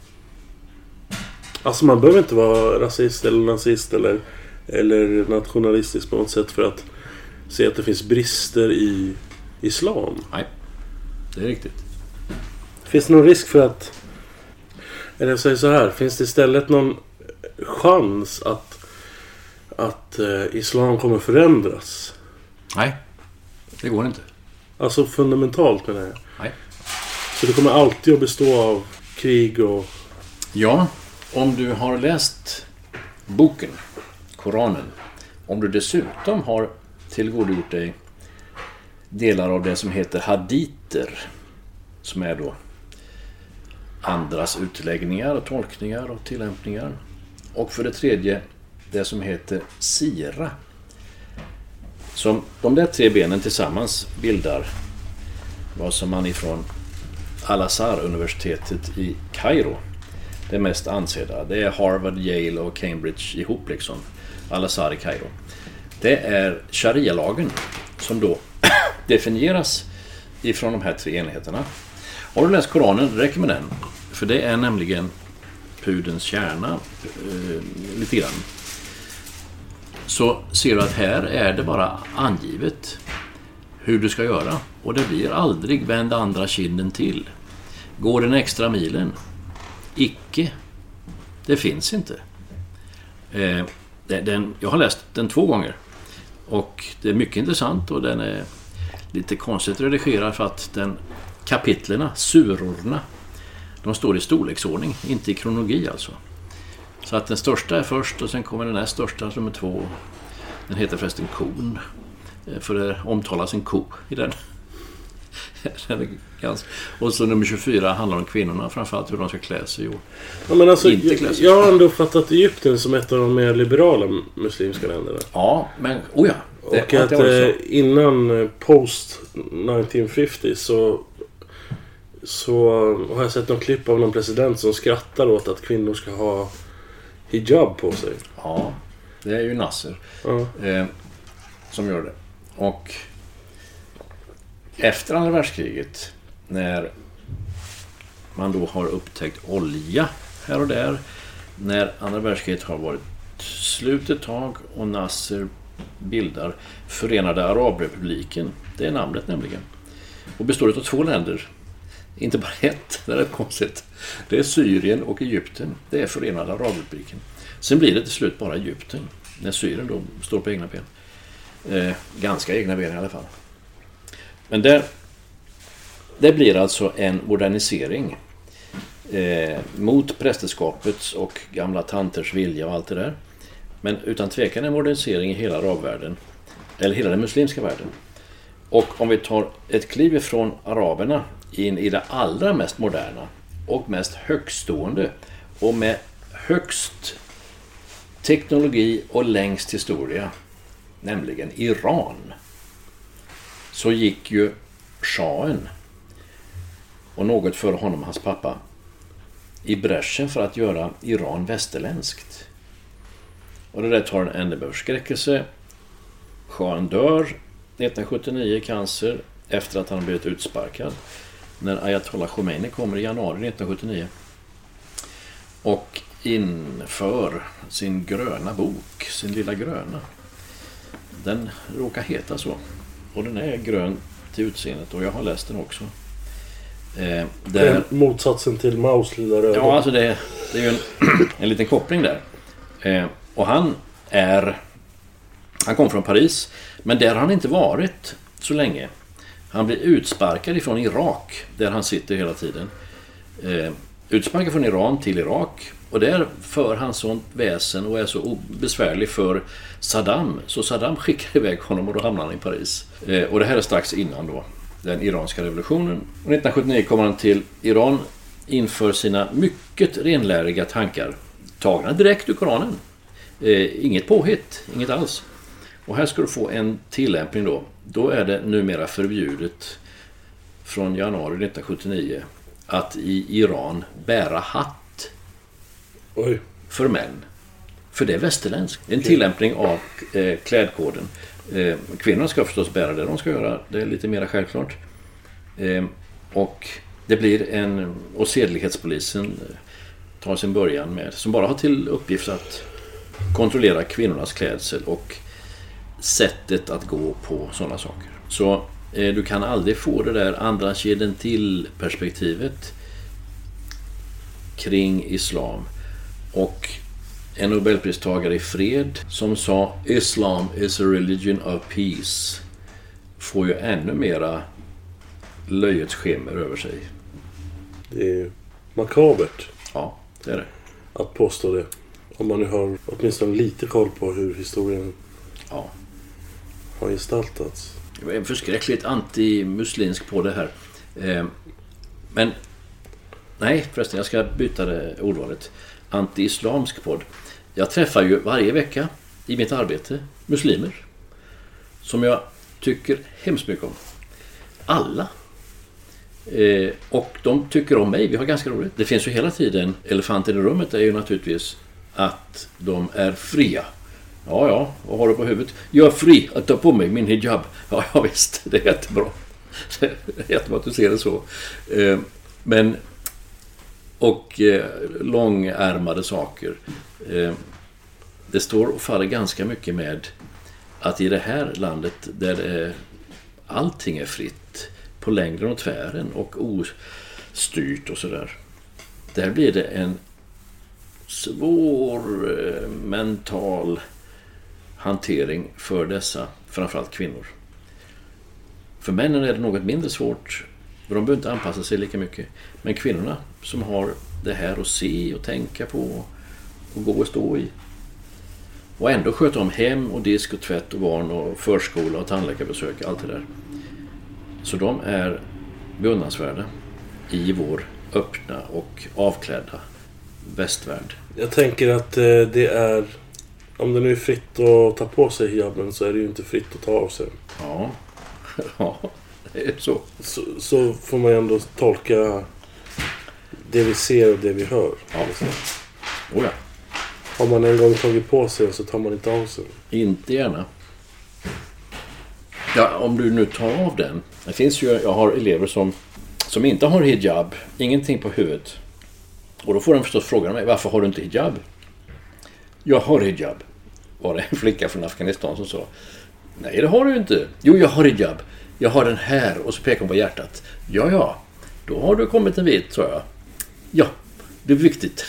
Alltså man behöver inte vara rasist eller nazist eller, eller nationalistisk på något sätt för att se att det finns brister i islam. Nej, det är riktigt. Finns det någon risk för att, eller jag säger så här, finns det istället någon chans att att eh, islam kommer förändras? Nej, det går inte. Alltså fundamentalt med det här. Nej. Så det kommer alltid att bestå av krig och... Ja, om du har läst boken, Koranen, om du dessutom har tillgodogjort dig delar av det som heter haditer, som är då andras utläggningar och tolkningar och tillämpningar. Och för det tredje, det som heter sira. Som de där tre benen tillsammans bildar vad som man ifrån Al-Azhar-universitetet i Kairo, det mest ansedda. Det är Harvard, Yale och Cambridge ihop liksom. Al-Azhar i Kairo. Det är sharia-lagen som då definieras ifrån de här tre enheterna. Har du läst Koranen, räcker med den. För det är nämligen pudens kärna eh, lite grann. Så ser du att här är det bara angivet hur du ska göra. Och det blir aldrig vänd andra kinden till. Går den extra milen? Icke. Det finns inte. Eh, den, jag har läst den två gånger. Och det är mycket intressant och den är lite konstigt redigerad för att den kapitlerna, surorna, de står i storleksordning, inte i kronologi alltså. Så att den största är först och sen kommer den näst största som är två. Den heter förresten kon. För det omtalas en ko i den. Och så nummer tjugofyra handlar om kvinnorna, framförallt hur de ska klä sig och ja, men alltså, inte klä sig. Jag har ändå uppfattat Egypten som ett av de mer liberala muslimska länderna. Ja, men oh ja. Det, och att eh, innan post nittonhundrafemtio så så har jag sett någon klipp av någon president som skrattar åt att kvinnor ska ha hijab på sig. Ja, det är ju Nasser ja. eh, som gör det. Och efter andra världskriget, när man då har upptäckt olja här och där, när andra världskriget har varit slut ett tag och Nasser bildar Förenade Arabrepubliken, det är namnet nämligen, och består av två länder, inte bara ett, det är rätt konstigt. Det är Syrien och Egypten, det är Förenade Arabrepubliken. Sen blir det till slut bara Egypten, när Syrien då står på egna ben. Eh, ganska egna ben i alla fall. Men där, det blir alltså en modernisering eh, mot prästerskapets och gamla tanters vilja och allt det där. Men utan tvekan en modernisering i hela arabvärlden, eller hela den muslimska världen. Och om vi tar ett kliv ifrån araberna in i det allra mest moderna och mest högstående och med högst teknologi och längst historia, nämligen Iran, så gick ju shahen och något för honom, hans pappa, i bräschen för att göra Iran västerländskt. Och det där tar en ändebörskräckelse. Shahen dör nittonhundrasjuttionio i cancer efter att han blivit utsparkad. när Ayatollah Khomeini kommer i januari nittonhundrasjuttionio och inför sin gröna bok, sin lilla gröna. Den råkar heta så. Och den är grön till utseendet och jag har läst den också. Eh, där... Motsatsen till Maus lilla röda. Ja, alltså det, det är ju en, en liten koppling där. Eh, och han är... Han kom från Paris, men där har han inte varit så länge. Han blir utsparkad ifrån Irak, där han sitter hela tiden. Eh, utsparkad från Iran till Irak. Och där för han sånt väsen och är så besvärlig för Saddam. Så Saddam skickar iväg honom och då hamnar han i Paris. Eh, och det här är strax innan då den iranska revolutionen. Och nittonhundrasjuttionio kommer han till Iran inför sina mycket renläriga tankar. Tagna direkt ur Koranen. Eh, inget påhitt, inget alls. Och här ska du få en tillämpning då. Då är det numera förbjudet från januari nittonhundrasjuttionio att i Iran bära hatt. Oj. För män. För det är västerländskt. Det är en tillämpning av eh, klädkoden. Eh, kvinnorna ska förstås bära det de ska göra. Det är lite mer självklart. Eh, och det blir en... Och sedlighetspolisen tar sin början med. Som bara har till uppgift att kontrollera kvinnornas klädsel och sättet att gå på sådana saker. Så eh, du kan aldrig få det där andra kedjan till perspektivet kring islam. Och en Nobelpristagare i fred som sa Islam is a religion of peace får ju ännu mera löjets skimmer över sig. Det är makabert. Ja, det är det. Att påstå det. Om man nu har åtminstone lite koll på hur historien ja. har gestaltats. Jag är förskräckligt anti-muslimsk på det här. Eh, men nej, förresten, jag ska byta det ordvalet. Anti-islamsk podd. Jag träffar ju varje vecka i mitt arbete muslimer som jag tycker hemskt mycket om. Alla. Eh, och de tycker om mig. Vi har ganska roligt. Det finns ju hela tiden, elefanten i rummet är ju naturligtvis att de är fria. Ja, ja, vad har du på huvudet? Jag är fri att ta på mig min hijab. Ja, ja visst, det är jättebra. Det är jättebra att du ser det så. Eh, men och eh, långärmade saker. Eh, det står och faller ganska mycket med att i det här landet där eh, allting är fritt på längden och tvären och ostyrt och sådär. Där blir det en svår eh, mental hantering för dessa, framförallt kvinnor. För männen är det något mindre svårt, för de behöver inte anpassa sig lika mycket. Men kvinnorna som har det här att se och tänka på och gå och stå i. Och ändå sköta om hem och disk och tvätt och barn och förskola och tandläkarbesök, allt det där. Så de är beundransvärda i vår öppna och avklädda västvärld. Jag tänker att eh, det är, om det nu är fritt att ta på sig hijaben så är det ju inte fritt att ta av sig. Ja, ja det är så. så. Så får man ju ändå tolka det vi ser och det vi hör. Ja, oh ja. Har man en gång tagit på sig så tar man inte av sig. Inte gärna. Ja, om du nu tar av den. Det finns ju, jag har elever som, som inte har hijab. Ingenting på huvudet. Och då får de förstås fråga mig, varför har du inte hijab? Jag har hijab. Var det en flicka från Afghanistan som sa. Nej, det har du inte. Jo, jag har hijab. Jag har den här. Och så pekar hon på hjärtat. Ja, ja. Då har du kommit en bit, tror jag. Ja, det är viktigt.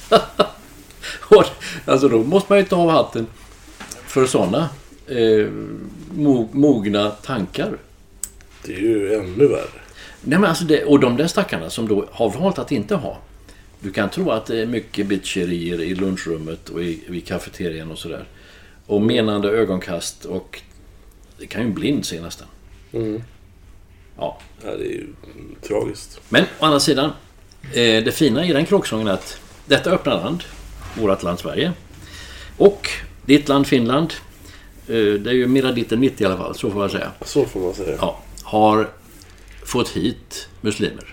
Alltså då måste man ju ta av hatten för sådana eh, mogna tankar. Det är ju ännu värre. Nej, men alltså det, och de där stackarna som då har valt att inte ha. Du kan tro att det är mycket bitcherier i lunchrummet och i, i kafeterian och sådär. Och menande ögonkast och det kan ju blind se nästan. Mm. Ja. Ja, det är ju tragiskt. Men å andra sidan, eh, det fina i den kråksången är att detta öppna land, vårt land Sverige, och ditt land Finland, eh, det är ju mera ditt än mitt i alla fall, så får jag säga. Så får man säga. Ja, har fått hit muslimer.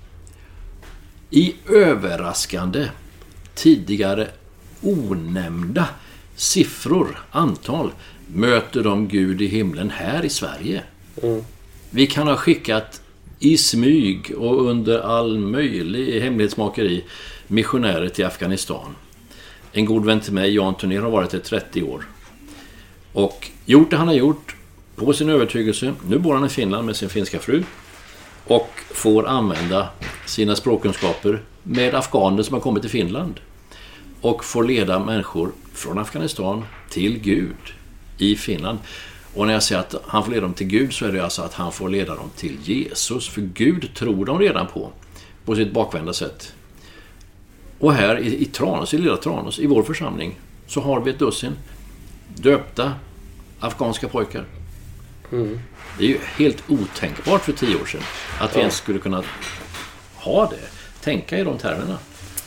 I överraskande, tidigare onämnda siffror, antal, möter de Gud i himlen här i Sverige. Mm. Vi kan ha skickat i smyg och under all möjlig hemlighetsmakeri missionärer till Afghanistan. En god vän till mig, Jan Turner, har varit i trettio år. Och gjort det han har gjort på sin övertygelse. Nu bor han i Finland med sin finska fru. Och får använda sina språkkunskaper med afghaner som har kommit till Finland. Och får leda människor från Afghanistan till Gud i Finland. Och när jag säger att han får leda dem till Gud, så är det alltså att han får leda dem till Jesus. För Gud tror de redan på, på sitt bakvända sätt. Och här i, i Tranås, i lilla Tranås, i vår församling, så har vi ett dussin döpta afghanska pojkar. Mm. Det är ju helt otänkbart för tio år sedan att vi ja. ens skulle kunna ha det. Tänka i de termerna.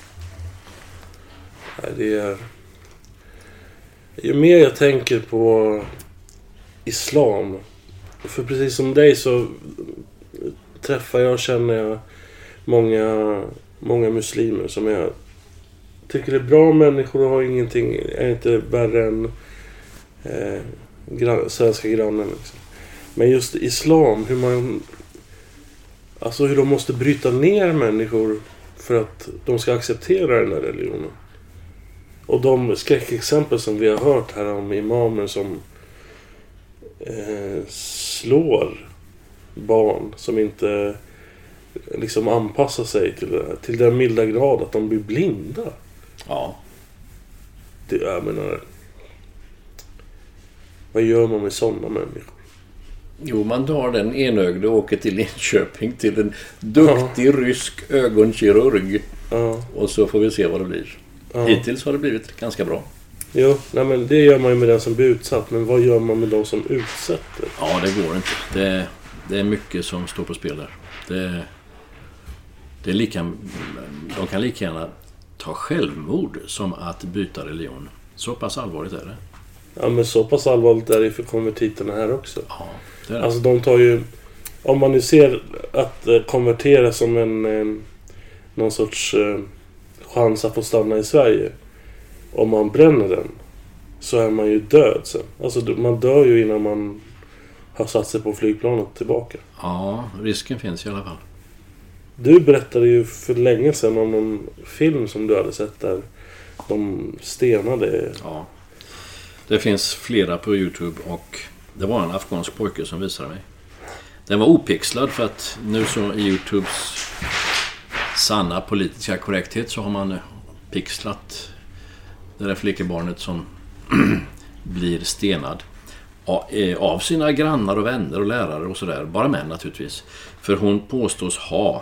Nej, det är... Ju mer jag tänker på islam, för precis som dig så träffar jag och känner jag många, många muslimer som jag tycker är bra människor och har ingenting, är inte värre än eh, gran, svenska grannen liksom. Men just islam, hur man alltså hur de måste bryta ner människor för att de ska acceptera den här religionen. Och de skräckexempel som vi har hört här om imamer som eh, slår barn som inte liksom anpassar sig till, till den milda grad att de blir blinda. Ja. Det, jag menar, vad gör man med sådana människor? Jo, man tar den enögde och åker till Linköping till en duktig ja. rysk ögonkirurg. Ja. Och så får vi se vad det blir. Ja. Hittills har det blivit ganska bra. Jo, nej men det gör man ju med den som blir utsatt. Men vad gör man med de som utsätter? Ja, det går inte. Det, det är mycket som står på spel där. Det, det är lika, de kan lika gärna ta självmord som att byta religion. Så pass allvarligt är det. Ja, men så pass allvarligt är det för konvertiterna här också. Ja, det är det. Alltså de tar ju... Om man nu ser att konvertera som en... en någon sorts... chans att få stanna i Sverige. Om man bränner den så är man ju död sen. Alltså man dör ju innan man har satt sig på flygplanet tillbaka. Ja, risken finns i alla fall. Du berättade ju för länge sedan om någon film som du hade sett där de stenade. Ja, det finns flera på YouTube och det var en afghansk pojke som visade mig. Den var opixlad för att nu så i YouTubes sanna politiska korrekthet så har man pixlat det där flickebarnet som blir stenad av sina grannar och vänner och lärare och sådär. Bara män naturligtvis. För hon påstås ha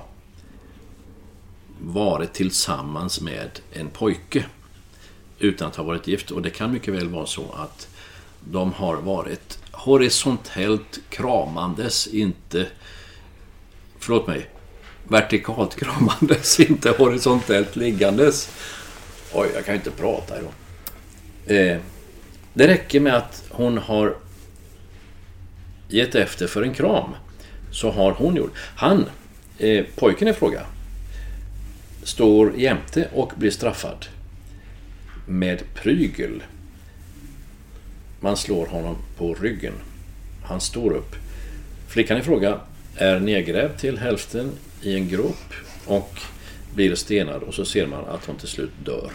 varit tillsammans med en pojke utan att ha varit gift. Och det kan mycket väl vara så att de har varit horisontellt kramandes, inte... Förlåt mig. Vertikalt kramandes, inte horisontellt liggandes. Oj, jag kan ju inte prata idag. Eh, det räcker med att hon har gett efter för en kram. Så har hon gjort. Han, eh, pojken i fråga, står jämte och blir straffad med prygel. Man slår honom på ryggen. Han står upp. Flickan i fråga är nedgrävd till hälften i en grop och blir stenad, och så ser man att hon till slut dör.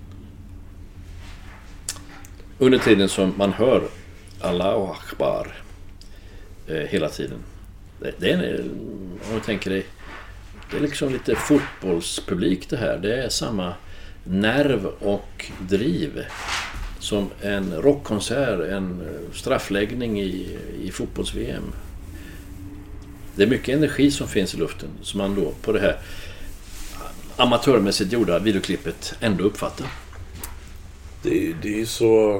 Under tiden som man hör Allahu Akbar eh, hela tiden. Det, det är, om du tänker dig, det är liksom lite fotbollspublik det här. Det är samma nerv och driv som en rockkonsert, en straffläggning i, i fotbolls-V M. Det är mycket energi som finns i luften som man då på det här amatörmässigt gjorda videoklippet ändå uppfattar. Det, det är så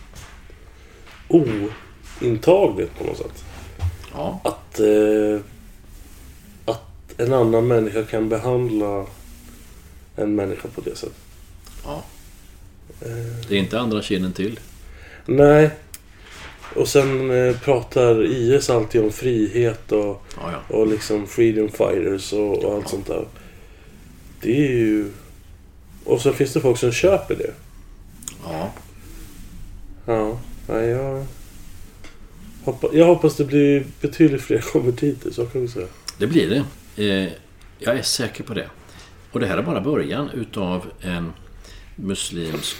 ointagligt på något sätt. Ja. Att, eh, att en annan människa kan behandla en människa på det sättet. Ja. Det är inte andra kinden till. Nej. Och sen eh, pratar I S alltid om frihet och, ja, ja. och liksom freedom fighters och, och allt ja. sånt där. Det är ju... Och så finns det folk som köper det. Ja. Ja, nej, jag... Hoppa, jag hoppas det blir betydligt fler konvertiter, så kan vi säga. Det blir det. Eh, jag är säker på det. Och det här är bara början utav en muslimsk,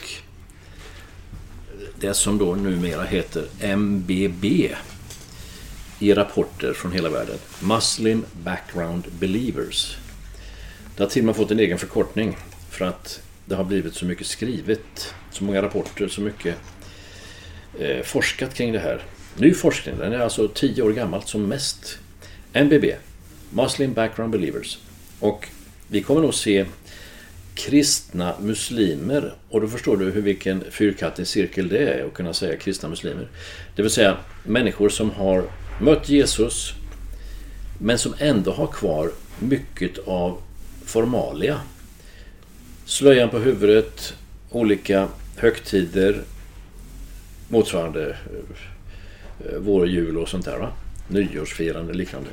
det som då numera heter M B B i rapporter från hela världen. Muslim Background Believers. Det har till och med fått en egen förkortning för att det har blivit så mycket skrivet, så många rapporter, så mycket eh, forskat kring det här. Ny forskning, den är alltså tio år gammalt som mest. M B B, Muslim Background Believers. Och vi kommer nog se kristna muslimer, och då förstår du hur vilken fyrkantig cirkel det är att kunna säga kristna muslimer. Det vill säga människor som har mött Jesus men som ändå har kvar mycket av formalia. Slöjan på huvudet, olika högtider, motsvarande vår, jul och sånt där, va? Nyårsfirande liknande.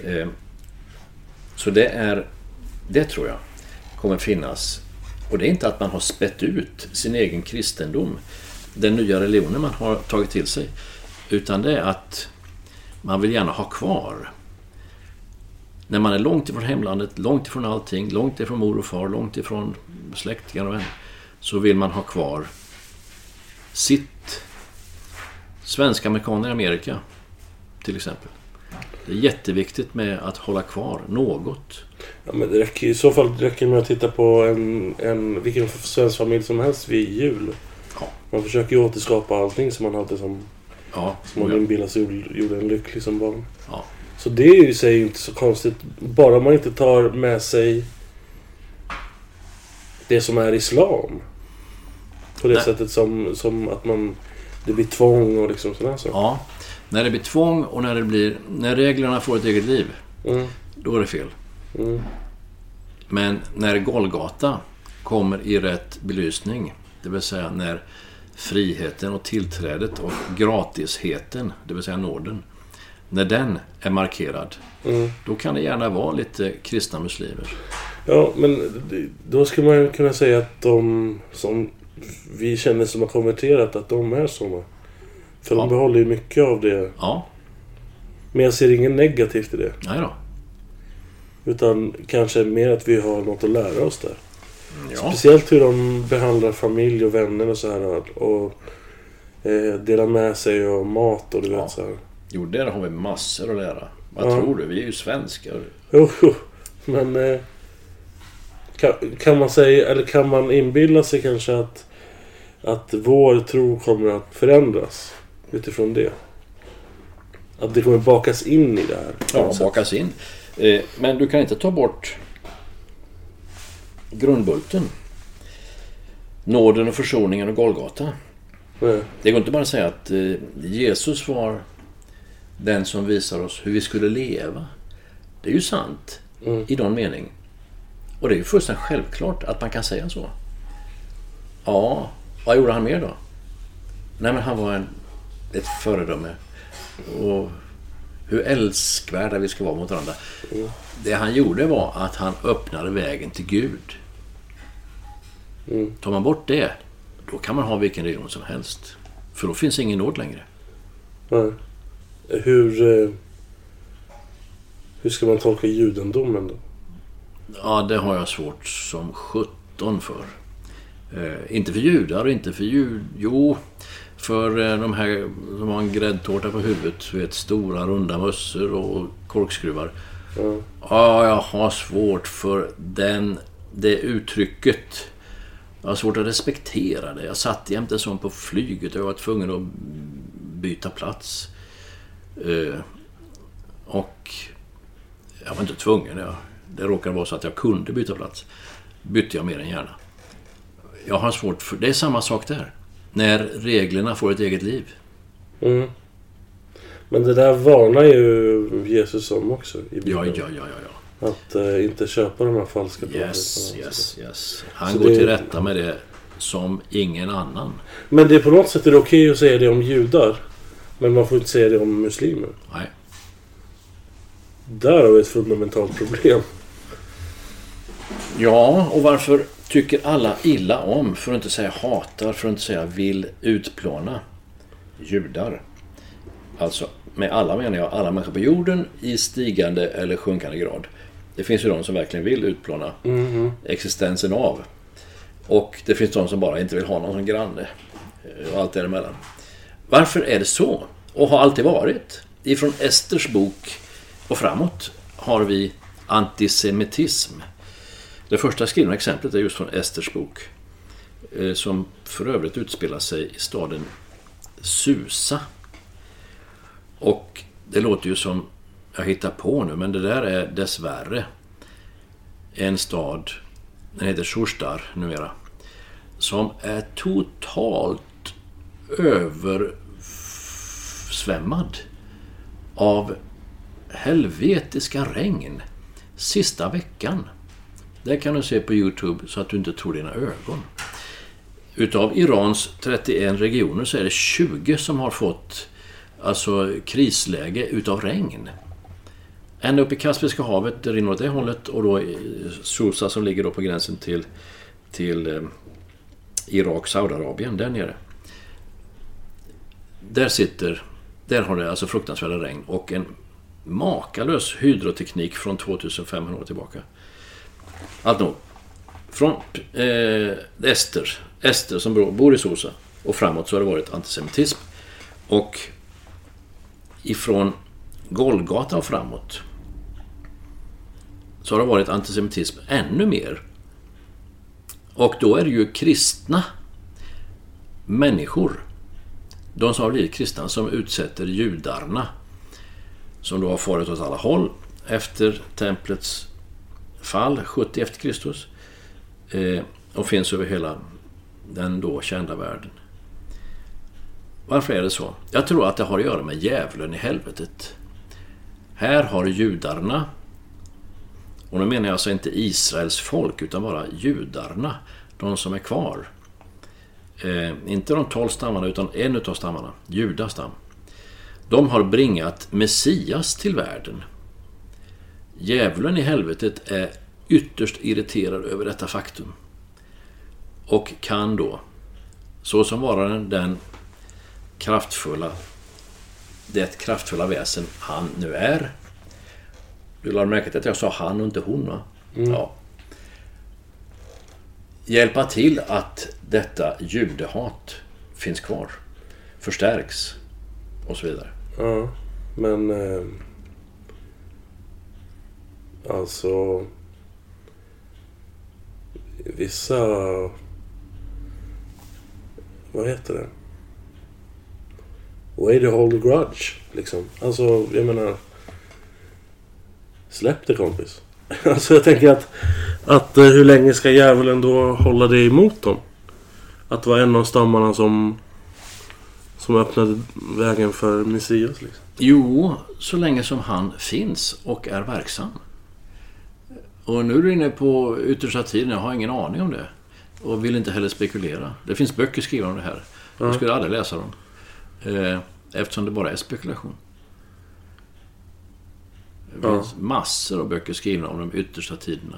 Så det är, det tror jag kommer finnas. Och det är inte att man har spett ut sin egen kristendom, den nya religionen man har tagit till sig, utan det är att man vill gärna ha kvar, när man är långt ifrån hemlandet, långt ifrån allting, långt ifrån mor och far, långt ifrån släktingar och vänner, så vill man ha kvar sitt. Svenska amerikaner i Amerika till exempel. Det är jätteviktigt med att hålla kvar något. Ja, men det räcker, i så fall räcker det med att titta på en, en, vilken svensk familj som helst vid jul. Ja. Man försöker ju återskapa allting som man hade som, ja, som man inbillar sig gjorde en lycklig som barn. Ja. Så det är ju sig inte så konstigt, bara man inte tar med sig det som är islam på det Nej. sättet som, som att man, det blir tvång och liksom sådär så. Ja, när det blir tvång och när det blir, när reglerna får ett eget liv, mm. då är det fel. Mm. Men när Golgata kommer i rätt belysning, det vill säga när friheten och tillträdet och gratisheten, det vill säga nåden, när den är markerad, mm. då kan det gärna vara lite kristna muslimer. Ja, men då ska man kunna säga att de som vi känner som har konverterat, att de är såna. För ja. de behåller ju mycket av det. Ja. Men jag ser ingen negativt i det. Nej då. Utan kanske mer att vi har något att lära oss där. Ja. Speciellt hur de behandlar familj och vänner och så här. Och eh, delar med sig och mat och du ja. vet så här. Jo, där har vi massor att lära. Vad ja. tror du? Vi är ju svenskar. Jo, men eh, kan, kan man säga, eller kan man inbilla sig kanske att att vår tro kommer att förändras utifrån det? Att det kommer bakas in i det här? Ja, bakas in. Eh, men du kan inte ta bort grundbulten. Nåden och försoningen och Golgata. Nej. Det går inte bara att säga att eh, Jesus var den som visar oss hur vi skulle leva. Det är ju sant mm. i någon mening. Och det är ju fullständigt självklart att man kan säga så. Ja, vad gjorde han mer då? Nej, men han var en, ett föredöme. Och hur älskvärda vi ska vara mot varandra. Mm. Det han gjorde var att han öppnade vägen till Gud. Mm. Tar man bort det, då kan man ha vilken religion som helst. För då finns ingen nåd längre. Nej. Hur, hur ska man tolka judendomen då? Ja, det har jag svårt som sjutton för. Eh, inte för judar och inte för jud... Jo, för eh, de här som har en gräddtårta på huvudet, vet, stora runda mössor och korkskruvar. Mm. Ja, jag har svårt för den, det uttrycket. Jag har svårt att respektera det. Jag satt jämt en sån på flyget och jag var tvungen att byta plats. Eh, och jag var inte tvungen. Jag, det råkade vara så att jag kunde byta plats. Bytte jag mer än gärna. Jag har svårt för... Det är samma sak där. När reglerna får ett eget liv. Mm. Men det där varnar ju Jesus om också. I ja, ja, ja, ja, ja. Att uh, inte köpa de här falska yes, profeterna. Yes, yes. Han så går det... till rätta med det som ingen annan. Men det är på något sätt är det okej att säga det om judar. Men man får inte säga det om muslimer. Nej. Där har vi ett fundamentalt problem. Ja, och varför tycker alla illa om, för att inte säga hatar, för att inte säga vill utplåna judar? Alltså med alla menar jag alla människor på jorden i stigande eller sjunkande grad. Det finns ju de som verkligen vill utplåna mm-hmm. existensen av. Och det finns de som bara inte vill ha någon som granne. Och allt däremellan. Varför är det så? Och har alltid varit. Ifrån Esters bok och framåt har vi antisemitism. Det första skrivna exemplet är just från Esters bok. Som för övrigt utspelar sig i staden Susa. Och det låter ju som jag hittar på nu, men det där är dessvärre en stad, den heter Shurstar numera, som är totalt översvämmad av helvetiska regn sista veckan. Det kan du se på YouTube så att du inte tror dina ögon. Utav Irans trettioen regioner så är det tjugo som har fått alltså krisläge utav regn. Ända upp i Kaspiska havet, det rinner åt det hållet, och då Susa som ligger då på gränsen till, till eh, Irak, Saudiarabien, där nere. Där sitter, där har det alltså fruktansvärda regn och en makalös hydroteknik från tvåtusenfemhundra år tillbaka. Allt nog. Från eh, Ester, Ester som bor i Susa och framåt så har det varit antisemitism. Och ifrån Golgata och framåt så har det varit antisemitism ännu mer. Och då är det ju kristna människor, de som har blivit kristna, som utsätter judarna, som då har farit åt alla håll efter templets fall sjuttio efter Kristus eh, och finns över hela den då kända världen. Varför är det så? Jag tror att det har att göra med djävulen i helvetet. Här har judarna, och nu menar jag alltså inte Israels folk utan bara judarna, de som är kvar. Eh, inte de tolv stammarna utan en utav stammarna, judastam. De har bringat Messias till världen. Djävulen i helvetet är ytterst irriterad över detta faktum. Och kan då, så som vara den, den kraftfulla, det kraftfulla väsen han nu är. Du lade märke till att jag sa han och inte hon, va? Mm. Ja. Hjälpa till att detta judehat finns kvar, förstärks och så vidare. Ja, men eh, alltså vissa, vad heter det? Way to hold a grudge, liksom. Alltså, jag menar, släpp det, kompis. Alltså, jag tänker att, att hur länge ska djävulen då hålla det emot dem? Att vara en av stammarna som som öppnade vägen för Messias, liksom. Jo, så länge som han finns och är verksam. Och nu är du inne på yttersta tiden, jag har ingen aning om det. Och vill inte heller spekulera. Det finns böcker skrivna om det här. Ja. Jag skulle aldrig läsa dem. Eh, eftersom det bara är spekulation. Det ja. finns massor av böcker skrivna om de yttersta tiderna.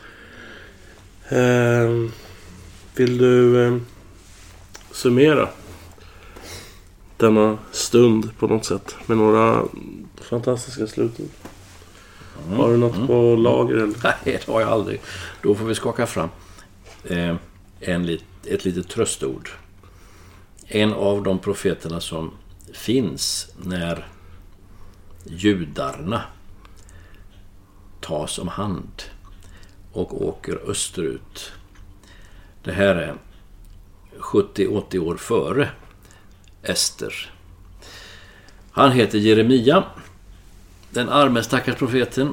Eh, vill du eh, summera denna stund på något sätt med några fantastiska slutord? Mm. Har du något mm. på lager? Eller? Nej, det har jag aldrig. Då får vi skaka fram eh, en lit, ett litet tröstord. En av de profeterna som finns när judarna tas om hand och åker österut. Det här är sjuttio åttio år före Ester. Han heter Jeremia, den arme stackars profeten,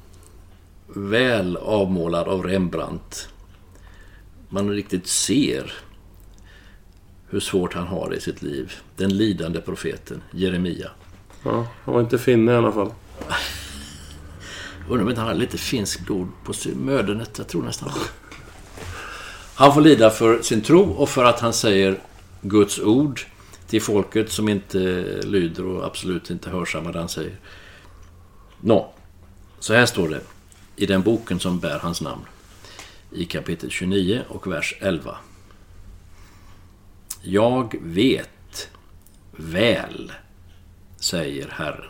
väl avmålad av Rembrandt. Man riktigt ser hur svårt han har i sitt liv. Den lidande profeten Jeremia. Ja, han var inte finne i alla fall. Undrar om inte han har lite finsk blod på mödernet, jag tror nästan. Han får lida för sin tro och för att han säger Guds ord till folket som inte lyder och absolut inte hörsammar det han säger. Nå, så här står det i den boken som bär hans namn i kapitel tjugonio och vers elva. Jag vet väl, säger Herren.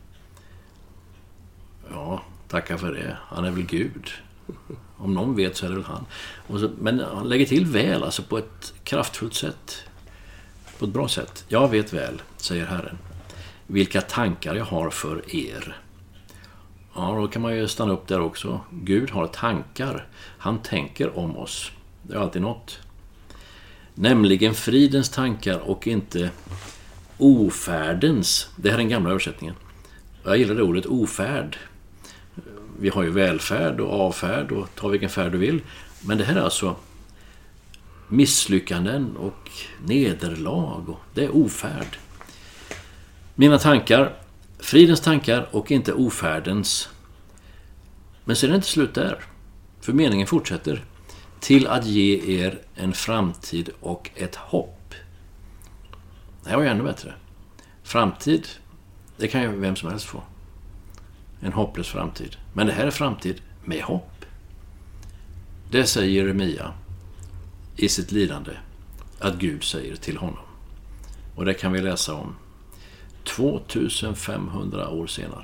Ja, tacka för det. Han är väl Gud. Om någon vet så är det väl han. Och så, men han lägger till väl, alltså på ett kraftfullt sätt. På ett bra sätt. Jag vet väl, säger Herren, vilka tankar jag har för er. Ja, då kan man ju stanna upp där också. Gud har tankar. Han tänker om oss. Det är alltid något. Nämligen fridens tankar och inte ofärdens. Det här är den gamla översättningen. Jag gillar det ordet ofärd. Vi har ju välfärd och avfärd och ta vilken färd du vill. Men det här är alltså misslyckanden och nederlag. Och det är ofärd. Mina tankar, fridens tankar och inte ofärdens. Men så är det inte slut där. För meningen fortsätter. Till att ge er en framtid och ett hopp. Det här var ju ännu bättre. Framtid, det kan ju vem som helst få. En hopplös framtid. Men det här är framtid med hopp. Det säger Jeremia i sitt lidande att Gud säger till honom. Och det kan vi läsa om tvåtusenfemhundra år senare.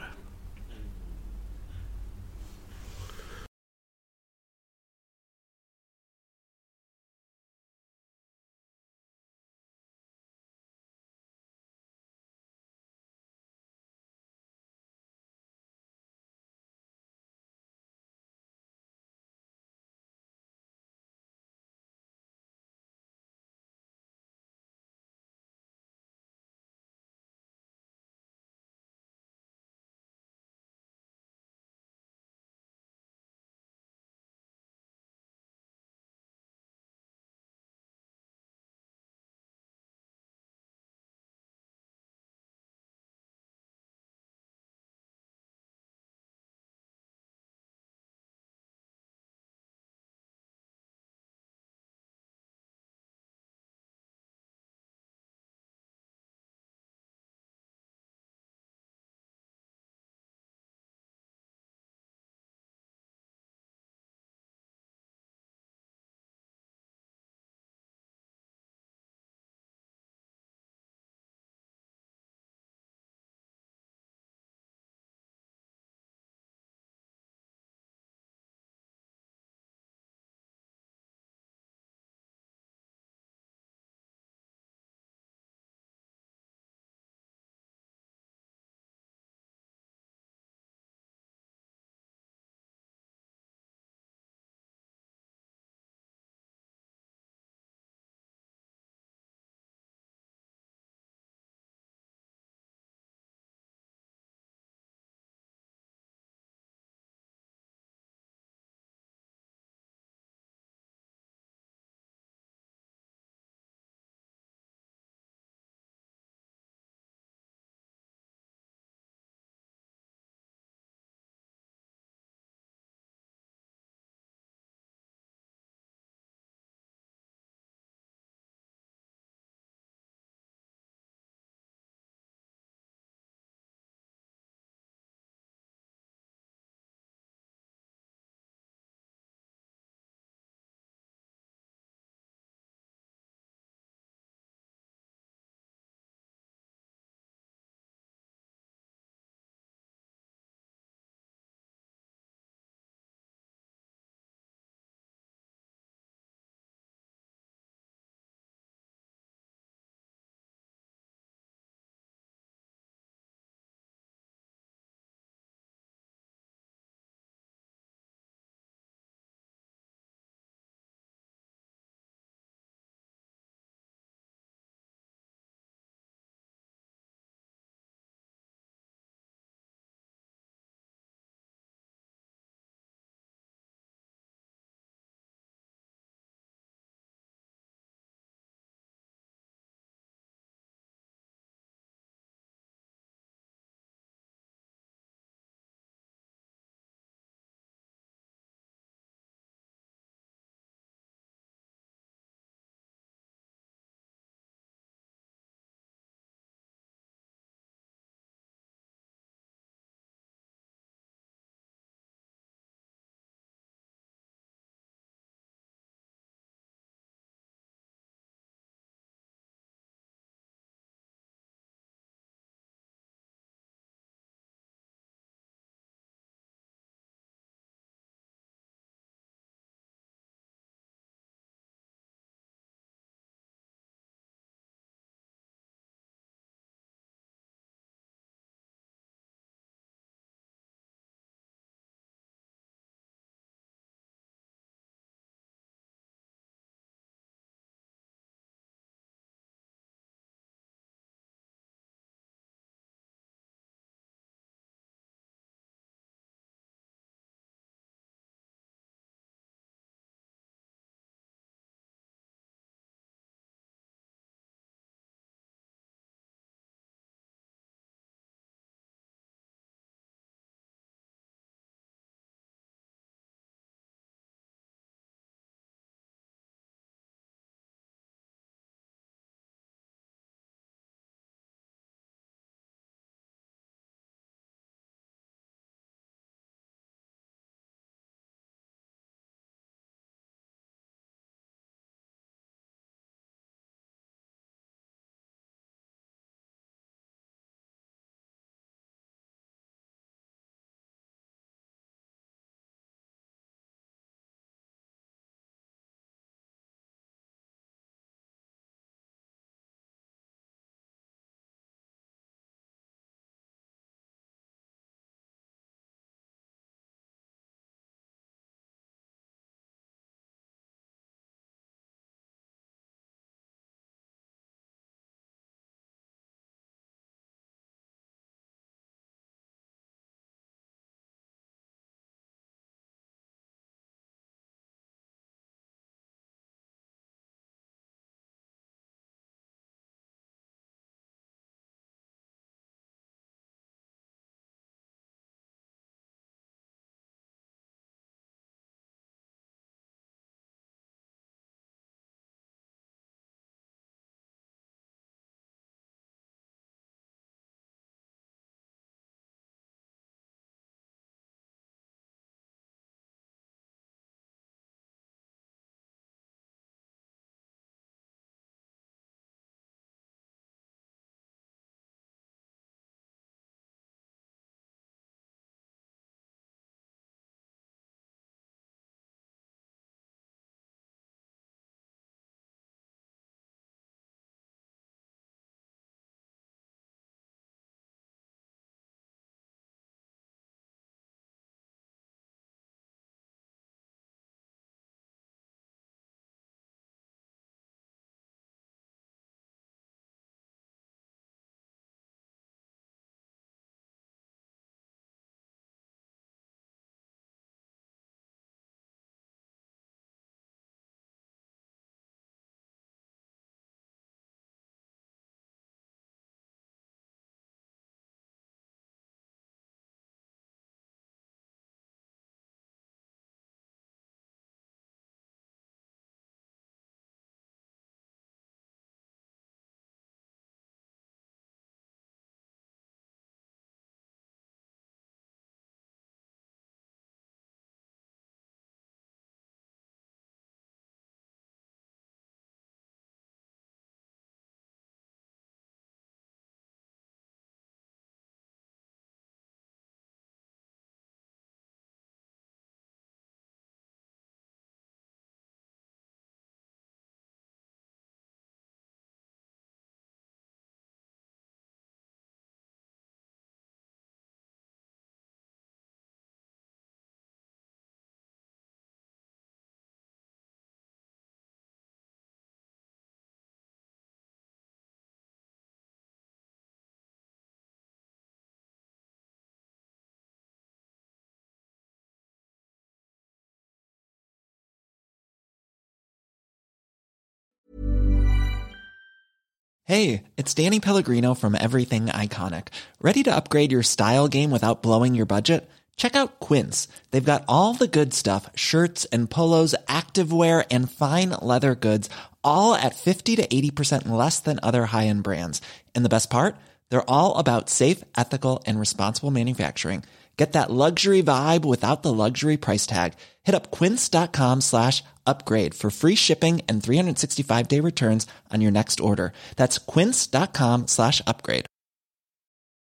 Hey, it's Danny Pellegrino from Everything Iconic. Ready to upgrade your style game without blowing your budget? Check out Quince. They've got all the good stuff, shirts and polos, activewear, and fine leather goods, all at fifty to eighty percent less than other high-end brands. And the best part? They're all about safe, ethical, and responsible manufacturing. Get that luxury vibe without the luxury price tag. Hit up quince.com slash upgrade for free shipping and three sixty-five day returns on your next order. That's quince.com slash upgrade.